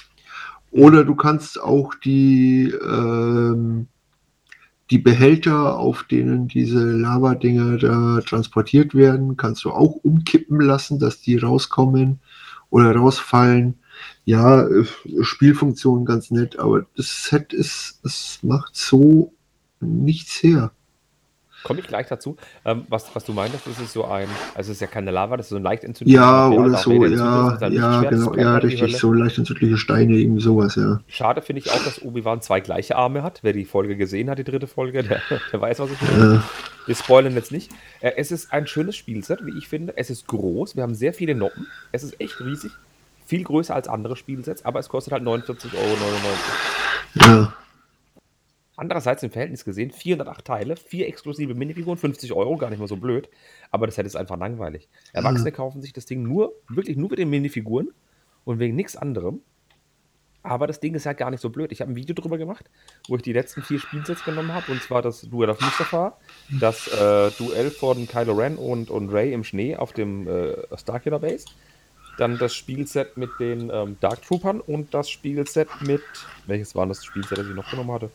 Oder du kannst auch die, ähm, die Behälter, auf denen diese Lava-Dinger da transportiert werden, kannst du auch umkippen lassen, dass die rauskommen oder rausfallen. Ja, äh, Spielfunktion ganz nett, aber das Set ist, es macht so nichts her. Komme ich gleich dazu. Ähm, was, was du meinst, das ist so ein, also es ist ja keine Lava, das ist so ein leicht entzündliches Ja, Material, oder Darth so, Vader entzündet ja, sich mit seinem ja, Lichtschwert, das genau, brennt ja, dann die richtig, Hölle. so leicht entzündliche Steine, irgendwie sowas, ja. Schade finde ich auch, dass Obi-Wan zwei gleiche Arme hat. Wer die Folge gesehen hat, die dritte Folge, der, der weiß, was ich meine. Ja. Wir spoilern jetzt nicht. Äh, es ist ein schönes Spielset, wie ich finde. Es ist groß, wir haben sehr viele Noppen. Es ist echt riesig. Viel größer als andere Spielsets, aber es kostet halt neunundvierzig Euro neunundneunzig. Ja. Andererseits im Verhältnis gesehen, vierhundertacht Teile, vier exklusive Minifiguren, fünfzig Euro, gar nicht mal so blöd. Aber das Set ist einfach langweilig. Erwachsene kaufen sich das Ding nur, wirklich nur mit den Minifiguren und wegen nichts anderem. Aber das Ding ist halt gar nicht so blöd. Ich habe ein Video drüber gemacht, wo ich die letzten vier Spielsets genommen habe. Und zwar das Duell auf Mustafa, das äh, Duell von Kylo Ren und, und Rey im Schnee auf dem äh, Starkiller Base. Dann das Spielset mit den ähm, Dark Troopern und das Spielset mit. Welches war das Spielset, das ich noch genommen hatte?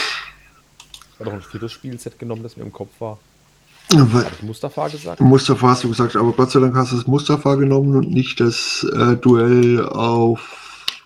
Ich habe noch ein viertes Spielset genommen, das mir im Kopf war. Weil- Habe ich Mustafa gesagt? Mustafa hast du gesagt, aber Gott sei Dank hast du das Mustafa genommen und nicht das äh, Duell auf.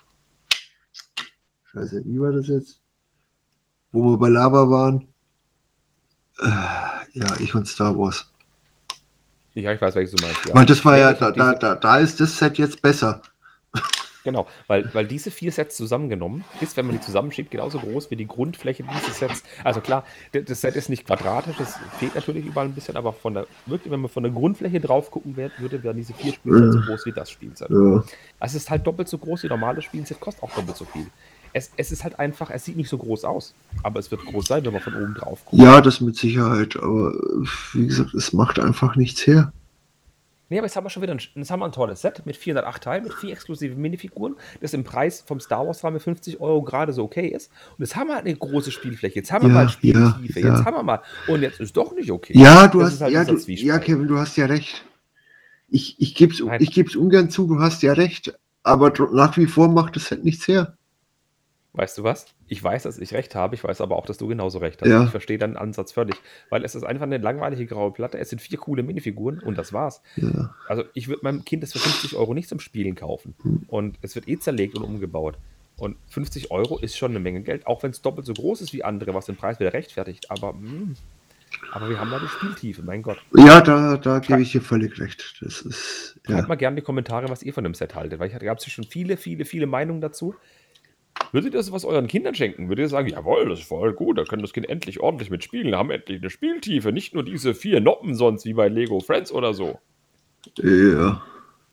Scheiße, wie war das jetzt? Wo wir bei Lava waren. Äh, ja, ich und Star Wars. Ja, ich weiß, welches du meinst. Ja. Weil das war ja, ich da, hab da, diese- da, da ist das Set jetzt besser. Genau, weil, weil diese vier Sets zusammengenommen ist, wenn man die zusammenschiebt, genauso groß wie die Grundfläche dieses Sets. Also klar, d- das Set ist nicht quadratisch, das fehlt natürlich überall ein bisschen, aber von der, wirklich, wenn man von der Grundfläche drauf gucken wär- würde, wären diese vier Spielsets so groß wie das Spielset. Ja. Also es ist halt doppelt so groß wie normales Spielset, kostet auch doppelt so viel. Es, es ist halt einfach, es sieht nicht so groß aus, aber es wird groß sein, wenn man von oben drauf guckt. Ja, das mit Sicherheit, aber äh, wie gesagt, es macht einfach nichts her. Nee, aber jetzt haben wir schon wieder ein, jetzt haben wir ein tolles Set mit vierhundertacht Teilen, mit vier exklusiven Minifiguren, das im Preis vom Star Wars Rahmen mit fünfzig Euro gerade so okay ist. Und jetzt haben wir halt eine große Spielfläche, jetzt haben wir Ja, mal Spieltiefe, ja, ja. jetzt haben wir mal. Und jetzt ist doch nicht okay. Ja, du Das hast, ist halt ja, dieser du, Zwiespalt. ja, Kevin, du hast ja recht. Ich, ich gebe es Nein. ich geb's ungern zu, du hast ja recht. Aber dr- nach wie vor macht das Set nichts her. Weißt du was? Ich weiß, dass ich recht habe, ich weiß aber auch, dass du genauso recht hast. Ja. Ich verstehe deinen Ansatz völlig, weil es ist einfach eine langweilige graue Platte, es sind vier coole Minifiguren und das war's. Ja. Also ich würde meinem Kind das für fünfzig Euro nicht zum Spielen kaufen. Und es wird eh zerlegt und umgebaut. Und fünfzig Euro ist schon eine Menge Geld, auch wenn es doppelt so groß ist wie andere, was den Preis wieder rechtfertigt. Aber, mh, aber wir haben da die Spieltiefe, mein Gott. Ja, da, da gebe ich dir völlig recht. Das ist, Schreibt ja. mal gerne in die Kommentare, was ihr von dem Set haltet, weil ich gab es schon viele, viele, viele Meinungen dazu. Würdet ihr das was euren Kindern schenken? Würdet ihr sagen, jawohl, das ist voll gut, da kann das Kind endlich ordentlich mitspielen, haben endlich eine Spieltiefe, nicht nur diese vier Noppen sonst wie bei Lego Friends oder so. Ja.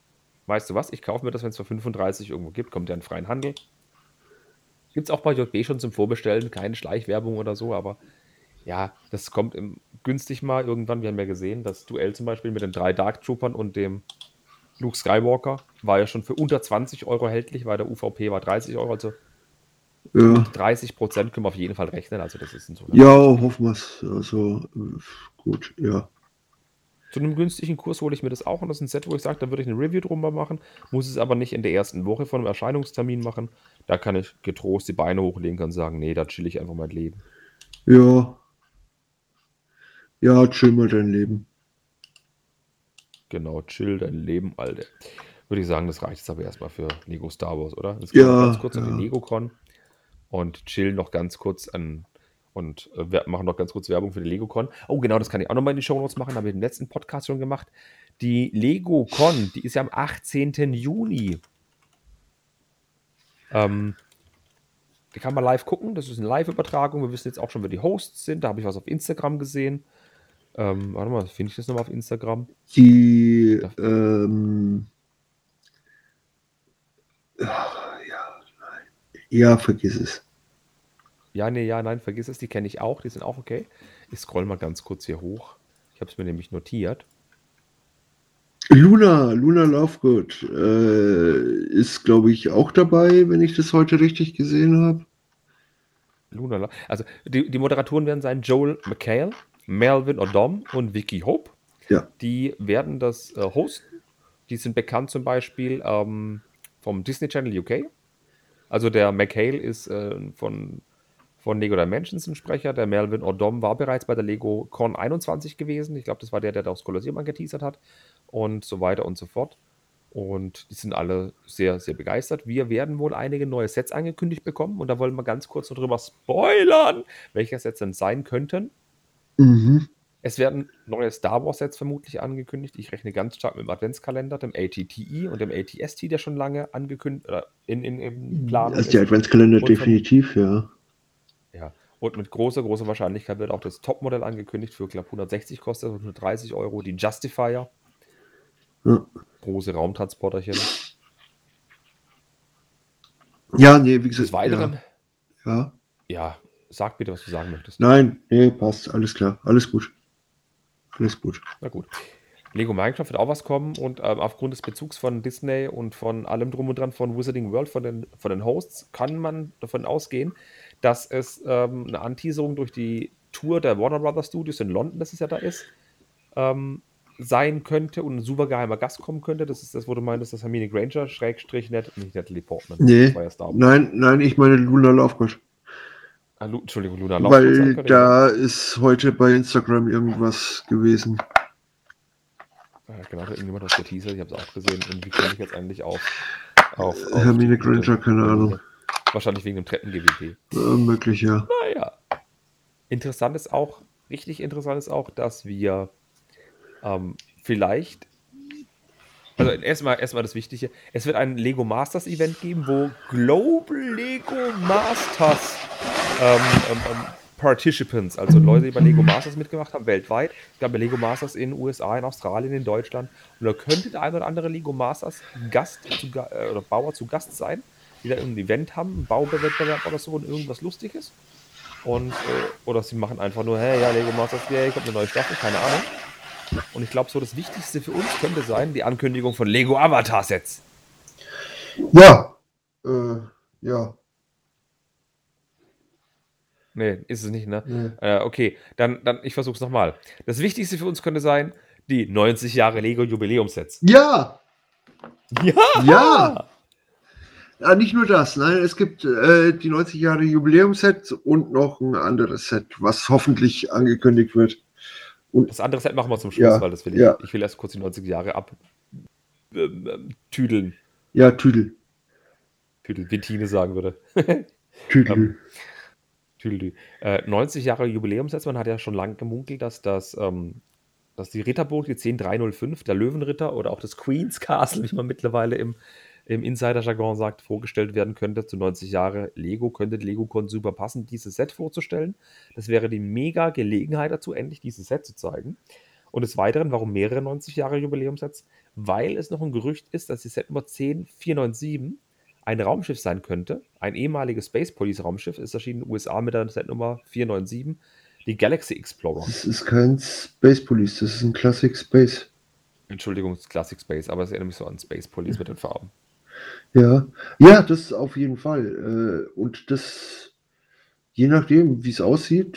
weißt du was, ich kaufe mir das, wenn es für fünfunddreißig irgendwo gibt, kommt ja in freien Handel. Gibt es auch bei J B schon zum Vorbestellen, keine Schleichwerbung oder so, aber ja, das kommt im, günstig mal irgendwann. Wir haben ja gesehen, das Duell zum Beispiel mit den drei Dark Troopern und dem Luke Skywalker war ja schon für unter zwanzig Euro erhältlich, weil der U V P war dreißig Euro, also Ja, mit dreißig Prozent können wir auf jeden Fall rechnen, also das ist insofern. ja, hoffen wir es. Also, äh, gut, ja. Zu einem günstigen Kurs hole ich mir das auch und das ist ein Set, wo ich sage, da würde ich eine Review drüber machen, muss es aber nicht in der ersten Woche von einem Erscheinungstermin machen. Da kann ich getrost die Beine hochlegen und sagen, nee, da chill ich einfach mein Leben. Ja. Ja, chill mal dein Leben. Genau, chill dein Leben, Alter. Würde ich sagen, das reicht jetzt aber erstmal für Lego Star Wars, oder? Jetzt gehen wir Ja, ganz kurz auf ja. die LegoCon und chillen noch ganz kurz an und äh, wir machen noch ganz kurz Werbung für die LegoCon. Oh, genau, das kann ich auch nochmal in die Shownotes machen, habe ich im letzten Podcast schon gemacht. Die LegoCon, die ist ja am achtzehnten Juni. Ähm, die kann man live gucken, das ist eine Live-Übertragung. Wir wissen jetzt auch schon, wer die Hosts sind. Da habe ich was auf Instagram gesehen. Ähm, warte mal, finde ich das nochmal auf Instagram? Die, Ja. ähm, ja, nein. Ja, vergiss es. Ja, nee, ja, nein, vergiss es, die kenne ich auch, die sind auch okay. Ich scroll mal ganz kurz hier hoch. Ich habe es mir nämlich notiert. Luna, Luna Lovegood äh, ist, glaube ich, auch dabei, wenn ich das heute richtig gesehen habe. Luna, La- also die, die Moderatoren werden sein Joel McHale, Melvin Odom und Vicky Hope. Ja. Die werden das äh, hosten. Die sind bekannt zum Beispiel ähm, vom Disney Channel U K. Also der McHale ist äh, von, von Lego Dimensions ein Sprecher. Der Melvin Odom war bereits bei der Lego Con einundzwanzig gewesen. Ich glaube, das war der, der das Kolosseum angeteasert hat. Und so weiter und so fort. Und die sind alle sehr, sehr begeistert. Wir werden wohl einige neue Sets angekündigt bekommen. Und da wollen wir ganz kurz noch drüber spoilern, welche Sets denn sein könnten. Mhm. Es werden neue Star Wars Sets vermutlich angekündigt. Ich rechne ganz stark mit dem Adventskalender, dem A T T E und dem A T S T, der schon lange angekündigt oder in, in, in Planung Also die ist. Adventskalender Und von- definitiv, ja. Ja. Und mit großer, großer Wahrscheinlichkeit wird auch das Topmodell angekündigt für, glaube hundertsechzig kostet, also hundertdreißig Euro. Die Justifier, Ja, große Raumtransporterchen. ja nee, wie gesagt. Des Weiteren, Ja. ja. ja, sag bitte, was du sagen möchtest. Nein, nee, passt. Alles klar. Alles gut. Alles gut. Na gut. Lego Minecraft wird auch was kommen und ähm, aufgrund des Bezugs von Disney und von allem drum und dran von Wizarding World, von den, von den Hosts, kann man davon ausgehen, dass es ähm, eine Anteaserung durch die Tour der Warner Brothers Studios in London, das es ja da ist, ähm, sein könnte und ein super geheimer Gast kommen könnte. Das ist das, wo du meintest, dass Hermine Granger, Schrägstrich, nicht, nicht Natalie Portman. Nee. Das war ja Star Wars. Nein, nein, ich meine Luna Lovegood. Ah, Lu- Entschuldigung, Luna Lovegood sein Weil könnte, da ist heute bei Instagram irgendwas gewesen. ja. Ja, genau, da hat irgendjemand was geteasert, ich habe es auch gesehen. Und wie komme ich jetzt eigentlich auf, auf, auf Hermine die- Granger, keine Ahnung. Wahrscheinlich wegen dem Treppen-G W P. Äh, möglich, ja. Naja. Interessant ist auch, richtig interessant ist auch, dass wir ähm, vielleicht, also erstmal erstmal das Wichtige, es wird ein Lego Masters Event geben, wo Global Lego Masters ähm, ähm, ähm, Participants, also Leute, die bei Lego Masters mitgemacht haben, weltweit. Es gab ja Lego Masters in den U S A, in Australien, in Deutschland. Und da könnte der ein oder andere Lego Masters Gast zu, Ga- äh, oder Bauer zu Gast sein, die da irgendein Event haben, einen Bauwettbewerb oder so und irgendwas Lustiges. Und, äh, oder sie machen einfach nur, hey, ja, Lego Masters, yay, kommt eine neue Staffel, keine Ahnung. Und ich glaube, so das Wichtigste für uns könnte sein, die Ankündigung von Lego Avatar-Sets. Ja. Äh, ja. Nee, ist es nicht, ne? Nee. Äh, okay, dann, dann ich versuche es nochmal. Das Wichtigste für uns könnte sein, die neunzig Jahre Lego Jubiläumssets. Ja. Ja! Ja. Ja, nicht nur das, nein, es gibt äh, die neunzig Jahre Jubiläumsset und noch ein anderes Set, was hoffentlich angekündigt wird. Und Das andere Set machen wir zum Schluss, Ja, weil das will ich. ja. Ich will erst kurz die neunzig Jahre ab ähm, ähm, tüdeln. ja, Tüdel. Tüdeln, wie Tine sagen würde. Tüdel. Ähm, Tüdelü. Äh, neunzig Jahre Jubiläumssets, man hat ja schon lange gemunkelt, dass das, ähm, dass die Ritterburg, die zehn drei null fünf, der Löwenritter oder auch das Queen's Castle, wie man mittlerweile im, im Insider-Jargon sagt, vorgestellt werden könnte. Zu neunzig Jahre Lego könnte LegoCon super passen, dieses Set vorzustellen. Das wäre die mega Gelegenheit dazu, endlich dieses Set zu zeigen. Und des Weiteren, warum mehrere neunzig Jahre Jubiläumssets? Weil es noch ein Gerücht ist, dass die Set Nummer zehn vier neun sieben ein Raumschiff sein könnte. Ein ehemaliges Space Police Raumschiff ist erschienen in den U S A mit der Set Nummer vier neun sieben. Die Galaxy Explorer. Das ist kein Space Police, das ist ein Classic Space. Entschuldigung, Classic Space, aber es erinnert mich so an Space Police mit den Farben. Ja, ja, das auf jeden Fall. Äh, Und das, je nachdem, wie es aussieht,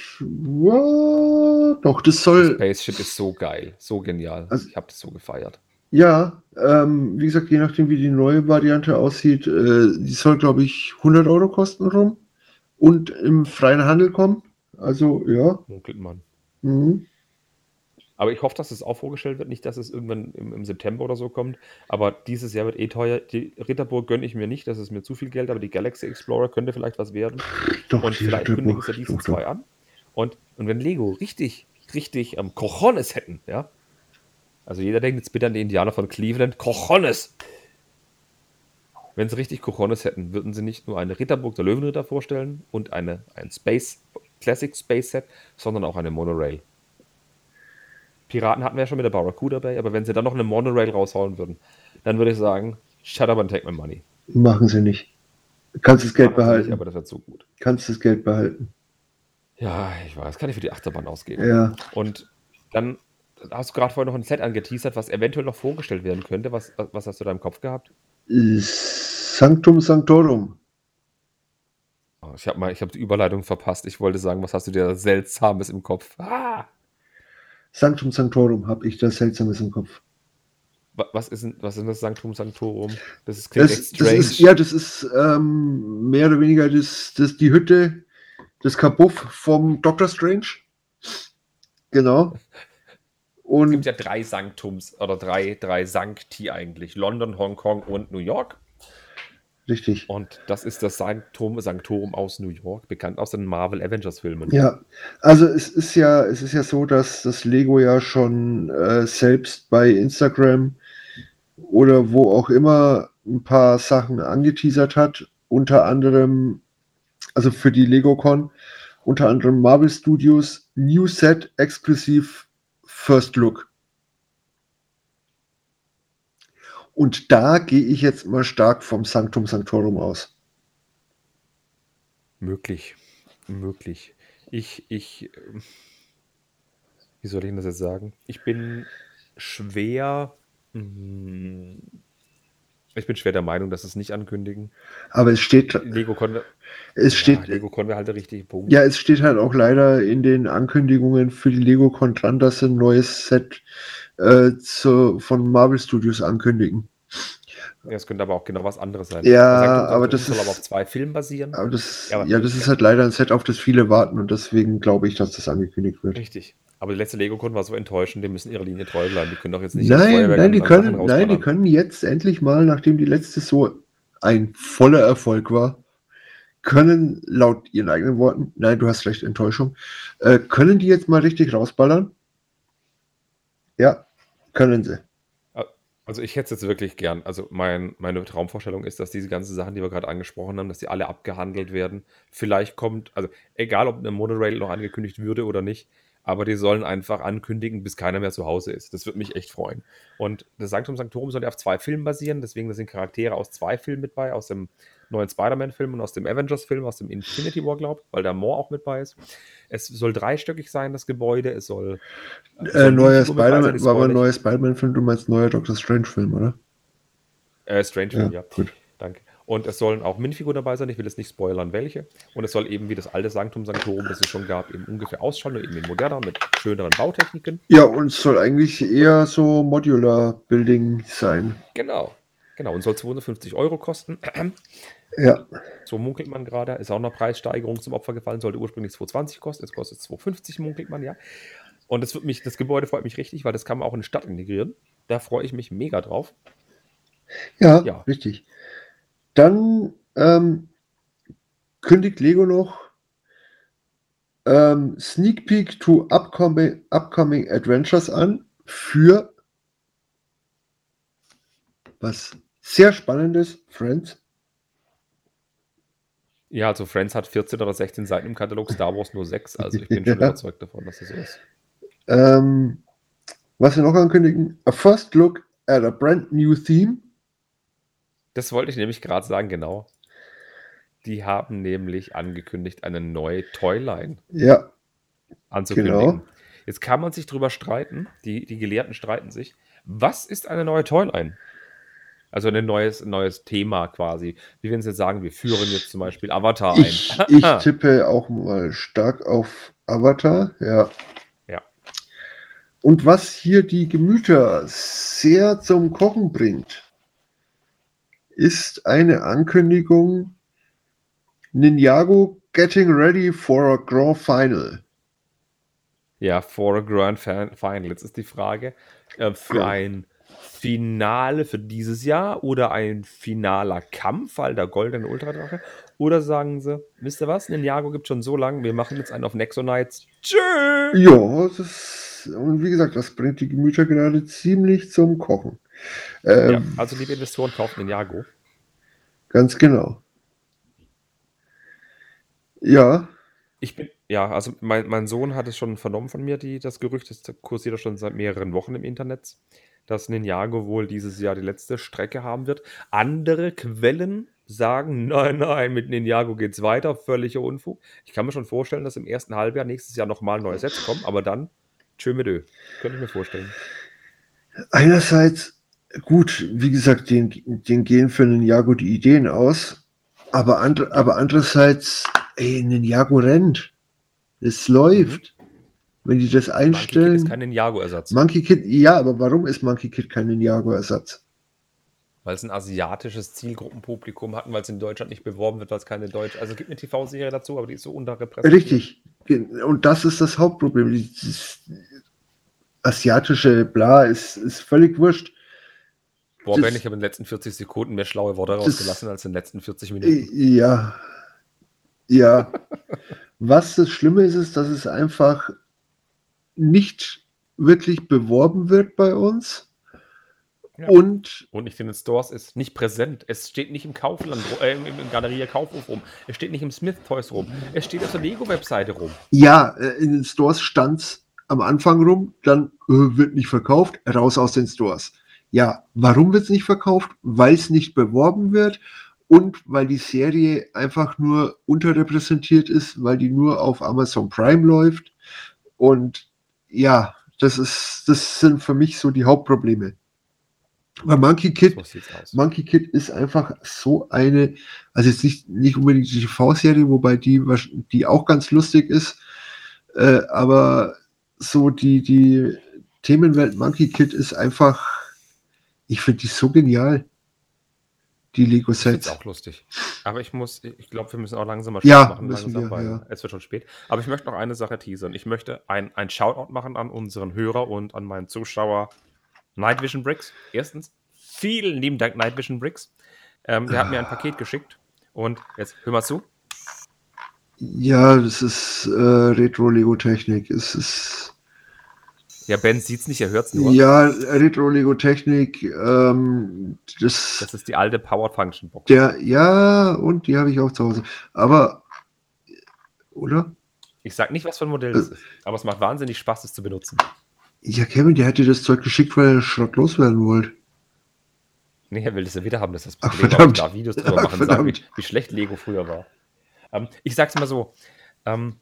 ja, doch, das soll, Spaceship ist so geil, so genial. Also- ich habe das so gefeiert. ja, ähm, wie gesagt, je nachdem, wie die neue Variante aussieht, äh, die soll, glaube ich, hundert Euro kosten rum und im freien Handel kommen. Also, ja. Munkelt man. Mhm. Aber ich hoffe, dass es auch vorgestellt wird, nicht, dass es irgendwann im, im September oder so kommt. Aber dieses Jahr wird eh teuer. Die Ritterburg gönne ich mir nicht, das ist mir zu viel Geld, aber die Galaxy Explorer könnte vielleicht was werden. Doch, Und die vielleicht kündigen sie Ritterburg, diese doch, zwei doch. an. Und, und wenn Lego richtig, richtig ähm, Cojones hätten, ja. Also jeder denkt jetzt bitte an die Indianer von Cleveland. Cojones! Wenn sie richtig Cojones hätten, würden sie nicht nur eine Ritterburg der Löwenritter vorstellen und eine, ein Space, Classic Space Set, sondern auch eine Monorail. Piraten hatten wir ja schon mit der Barracuda Bay, aber wenn sie dann noch eine Monorail raushauen würden, dann würde ich sagen, shut up and take my money. Machen sie nicht. Kannst das Geld Machen sie behalten. nicht, aber das wird so gut. Kannst das Geld behalten. Ja, ich weiß, kann ich für die Achterbahn ausgeben. Ja. Und dann hast du gerade vorher noch ein Set angeteasert, was eventuell noch vorgestellt werden könnte. Was, was, was hast du da im Kopf gehabt? Sanctum Sanctorum. Oh, ich habe mal, ich habe die Überleitung verpasst. Ich wollte sagen, was hast du dir da Seltsames im Kopf? Ah! Sanctum Sanctorum habe ich das Seltsames im Kopf. Wa- Was ist, denn- was ist denn das Sanctum Sanctorum? Das ist, klingt Das, echt das strange. ist, ja, das ist ähm, mehr oder weniger das, das, die Hütte, das Kabuff vom Doctor Strange. Genau. Es gibt Und ja drei Sanktums oder drei, drei Sancti eigentlich. London, Hongkong und New York. richtig. Und das ist das Sanctum Sanctorum aus New York, bekannt aus den Marvel Avengers Filmen. Ja, also es ist ja, es ist ja so, dass das Lego ja schon äh, selbst bei Instagram oder wo auch immer ein paar Sachen angeteasert hat, unter anderem, also für die LegoCon, unter anderem Marvel Studios New Set exklusiv First Look. Und da gehe ich jetzt mal stark vom Sanctum Sanctorum aus. Möglich. Möglich. Ich, ich, ähm, wie soll ich denn das jetzt sagen? Ich bin schwer, mm, ich bin schwer der Meinung, dass es nicht ankündigen. Aber es steht, Lego konnte, es ja, steht, Lego konnte halt der richtige Punkt. ja, es steht halt auch leider in den Ankündigungen für die LegoCon dran, dass sie ein neues Set äh, zu, von Marvel Studios ankündigen. Ja, es könnte aber auch genau was anderes sein. Ja, Der Sanctum aber Sanctorum das soll ist- aber auf zwei Filmen basieren. Aber das, Ja, aber- ja, das ist halt leider ein Set, auf das viele warten und deswegen glaube ich, dass das angekündigt wird. Richtig. Aber die letzte Lego-Con war so enttäuschend, die müssen ihrer Linie treu bleiben. Die können doch jetzt nicht das Nein, Feuerwerk nein, die an Sachen können, nein, die rausballern. können jetzt endlich mal, nachdem die letzte so ein voller Erfolg war, können laut ihren eigenen Worten, nein, du hast recht, Enttäuschung, äh, können die jetzt mal richtig rausballern? Ja, können sie. Also ich hätte es jetzt wirklich gern. Also mein, meine Traumvorstellung ist, dass diese ganzen Sachen, die wir gerade angesprochen haben, dass die alle abgehandelt werden. Vielleicht kommt, also egal, ob eine Monorail noch angekündigt würde oder nicht, aber die sollen einfach ankündigen, bis keiner mehr zu Hause ist. Das würde mich echt freuen. Und das Sanctum Sanctorum soll ja auf zwei Filmen basieren, deswegen sind Charaktere aus zwei Filmen mit bei, aus dem neuen Spider-Man-Film und aus dem Avengers-Film, aus dem Infinity War, glaube ich, weil da Moore auch mit bei ist. Es soll dreistöckig sein, das Gebäude. Es soll... es Äh, soll neuer Minfigur mit bei sein, Spider-Man, die war aber ein spoil ich. neuer Spider-Man-Film, du meinst neuer Doctor Strange-Film, oder? Äh, Strange Film, ja. gut. Danke. Und es sollen auch Minifiguren dabei sein, ich will jetzt nicht spoilern, welche. Und es soll eben wie das alte Sanctum Sanctorum, das es schon gab, eben ungefähr ausschauen, nur eben in moderner, mit schöneren Bautechniken. Ja, und es soll eigentlich eher so Modular-Building sein. Genau. Genau, und soll zweihundertfünfzig Euro kosten. Ja, So munkelt man gerade. Ist auch noch Preissteigerung zum Opfer gefallen. Sollte ursprünglich zweihundertzwanzig kosten. Jetzt kostet es zweihundertfünfzig, munkelt man, ja. Und das, wird mich, das Gebäude freut mich richtig, weil das kann man auch in die Stadt integrieren. Da freue ich mich mega drauf. ja, Ja. richtig. Dann ähm, kündigt Lego noch ähm, Sneak Peek to upcoming, upcoming Adventures an für was sehr Spannendes, Friends. Ja, also Friends hat vierzehn oder sechzehn Seiten im Katalog, Star Wars nur sechs. Also ich bin schon Ja. überzeugt davon, dass es so ist. Ähm, Was wir noch ankündigen, a first look at a brand new theme. Das wollte ich nämlich gerade sagen, genau. Die haben nämlich angekündigt, eine neue Toyline Ja, anzukündigen. genau. Jetzt kann man sich drüber streiten, die, die Gelehrten streiten sich. Was ist eine neue Toyline? Also ein neues, neues Thema quasi. Wie wenn sie jetzt sagen, wir führen jetzt zum Beispiel Avatar ein. Ich, ich tippe auch mal stark auf Avatar, ja. Ja. Und was hier die Gemüter sehr zum Kochen bringt, ist eine Ankündigung: Ninjago getting ready for a Grand Final. Ja, for a Grand Final. Jetzt ist die Frage, äh, für Ja. ein Finale für dieses Jahr oder ein finaler Kampf, weil der goldene Ultradrache? Oder sagen sie, wisst ihr was, Ninjago gibt schon so lange, wir machen jetzt einen auf Nexonites. Tschö! Ja, das, und wie gesagt, das bringt die Gemüter gerade ziemlich zum Kochen. Ähm, Ja, also liebe Investoren, kauft Ninjago. Ganz genau. Ja, Ich bin, ja, also mein, mein Sohn hat es schon vernommen von mir, die, das Gerücht, das kursiert ja schon seit mehreren Wochen im Internet, dass Ninjago wohl dieses Jahr die letzte Strecke haben wird. Andere Quellen sagen, nein, nein, mit Ninjago geht's weiter, völliger Unfug. Ich kann mir schon vorstellen, dass im ersten Halbjahr nächstes Jahr nochmal neue Sets kommen, aber dann, tschö mit Ö. Könnte ich mir vorstellen. einerseits, gut, wie gesagt, den, den gehen für Ninjago die Ideen aus, aber, andre, aber andererseits, ey, Ninjago rennt. Es läuft. Wenn die das Monkey Kid einstellen. ist kein Ninjago-Ersatz, Monkey Kid, ja, aber warum ist Monkey Kid kein Ninjago-Ersatz? weil es ein asiatisches Zielgruppenpublikum hat und weil es in Deutschland nicht beworben wird, weil es keine deutsche, also es gibt eine T V-Serie dazu, aber die ist so unterrepräsentiert. Richtig. Und das ist das Hauptproblem. Dieses asiatische Bla ist, ist völlig wurscht. Boah, Das- Ben, ich habe in den letzten vierzig Sekunden mehr schlaue Worte Das- rausgelassen als in den letzten vierzig Minuten. Ja. Ja. Was das Schlimme ist, ist, dass es einfach nicht wirklich beworben wird bei uns. Ja. Und Und nicht in den Stores ist nicht präsent. Es steht nicht im Kaufland, äh, im, im Galeria Kaufhof rum. Es steht nicht im Smith Toys rum. Es steht auf der Lego-Webseite rum. ja, äh, in den Stores stand es am Anfang rum, dann äh, wird nicht verkauft, raus aus den Stores. Ja, warum wird es nicht verkauft? Weil es nicht beworben wird und weil die Serie einfach nur unterrepräsentiert ist, weil die nur auf Amazon Prime läuft. Und ja, das ist, das sind für mich so die Hauptprobleme. Weil Monkey Kid, So sieht's aus. Monkey Kid ist einfach so eine, also jetzt nicht, nicht unbedingt die T V-Serie, wobei die, wahrsch- die auch ganz lustig ist, äh, aber so die, die Themenwelt Monkey Kid ist einfach, ich finde die so genial, die Ich finde es Lego-Sets. auch lustig. Aber ich muss, ich glaube, wir müssen auch langsam mal Ja, Schluss machen, müssen langsam, wir, weil ja. es wird schon spät. Aber ich möchte noch eine Sache teasern. Ich möchte ein, ein Shoutout machen an unseren Hörer und an meinen Zuschauer Night Vision Bricks. Erstens, vielen lieben Dank, Night Vision Bricks. Ähm, der hat mir ein Paket geschickt. Und jetzt hör mal zu. Ja, das ist äh, Retro-Lego-Technik. Es ist Ja, Ben sieht's nicht, er hört's nur. ja Retro-Lego-Technik. Ähm, das, Das ist die alte Powered Function Box. der, ja, und die habe ich auch zu Hause. Aber, oder? Ich sag nicht, was für ein Modell das ist, aber es macht wahnsinnig Spaß, es zu benutzen. Ja, Kevin, der hat dir das Zeug geschickt, weil er Schrott loswerden wollte. Nee, er will das ja wieder haben, das ist das Ach, Problem, verdammt. aber ich da Videos drüber Ach, machen, sagen, wie, verdammt. wie schlecht Lego früher war. Ähm, ich sag's mal so, ähm,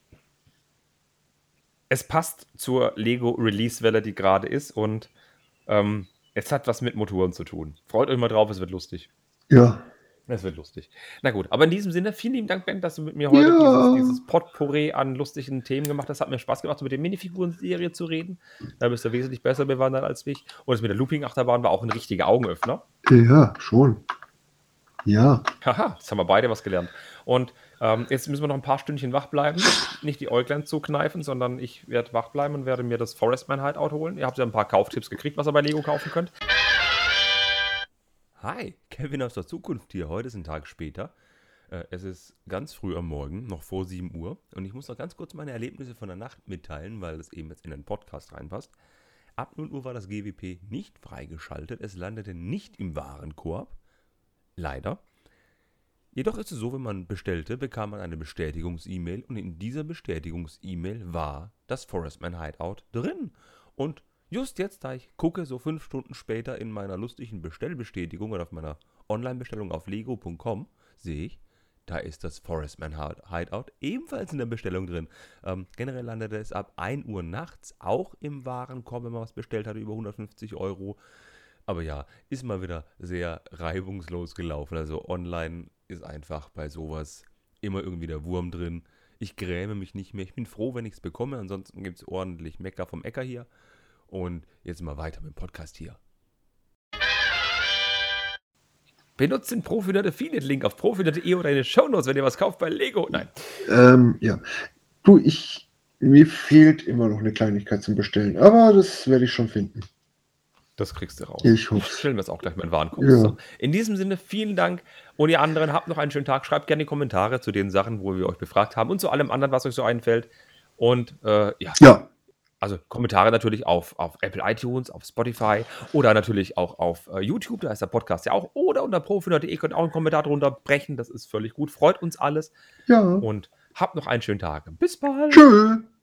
es passt zur Lego-Release-Welle, die gerade ist und ähm, es hat was mit Motoren zu tun. Freut euch mal drauf, es wird lustig. Ja. Es wird lustig. Na gut, aber in diesem Sinne, vielen lieben Dank, Ben, dass du mit mir heute Ja. dieses, dieses Potpourri an lustigen Themen gemacht hast. Hat mir Spaß gemacht, so mit der Minifiguren-Serie zu reden. Da bist du wesentlich besser bewandert als ich. Und das mit der Looping-Achterbahn war auch ein richtiger Augenöffner. Ja, schon. Ja. Haha, jetzt haben wir beide was gelernt. Und ähm, jetzt müssen wir noch ein paar Stündchen wach bleiben. Nicht die Äuglein zukneifen, sondern ich werde wach bleiben und werde mir das Forestman Hideout holen. Ihr habt ja ein paar Kauftipps gekriegt, was ihr bei Lego kaufen könnt. Hi, Kevin aus der Zukunft hier. Heute ist ein Tag später. Äh, es ist ganz früh am Morgen, noch vor sieben Uhr. Und ich muss noch ganz kurz meine Erlebnisse von der Nacht mitteilen, weil es eben jetzt in den Podcast reinpasst. Ab null Uhr war das G W P nicht freigeschaltet. Es landete nicht im Warenkorb. Leider. Jedoch ist es so, wenn man bestellte, bekam man eine Bestätigungs-E-Mail und in dieser Bestätigungs-E-Mail war das Forestman Hideout drin. Und just jetzt, da ich gucke, so fünf Stunden später in meiner lustigen Bestellbestätigung oder auf meiner Online-Bestellung auf lego punkt com, sehe ich, da ist das Forest Man Hideout ebenfalls in der Bestellung drin. Ähm, generell landete es ab ein Uhr nachts auch im Warenkorb, wenn man was bestellt hat, über hundertfünfzig Euro. Aber ja, ist mal wieder sehr reibungslos gelaufen. Also online ist einfach bei sowas immer irgendwie der Wurm drin. Ich gräme mich nicht mehr. Ich bin froh, wenn ich es bekomme. Ansonsten gibt es ordentlich Mecker vom Äcker hier. Und jetzt mal weiter mit dem Podcast hier. Benutzt den Profi-Nerd Affiliate-Link auf profi punkt de oder in den Shownotes, wenn ihr was kauft bei Lego. Nein. Ähm, ja. Du, ich, mir fehlt immer noch eine Kleinigkeit zum Bestellen, aber das werde ich schon finden. Das kriegst du raus. Ich hoffe. Stellen wir es auch gleich mal in den Warenkorb. Ja. So. In diesem Sinne, vielen Dank. Und ihr anderen, habt noch einen schönen Tag. Schreibt gerne die Kommentare zu den Sachen, wo wir euch befragt haben und zu allem anderen, was euch so einfällt. Und äh, ja. Ja. Also Kommentare natürlich auf, auf Apple iTunes, auf Spotify oder natürlich auch auf äh, YouTube, da ist der Podcast ja auch. Oder unter profi punkt de könnt ihr auch einen Kommentar drunter brechen, das ist völlig gut, freut uns alles. Ja. Und habt noch einen schönen Tag. Bis bald. Tschö.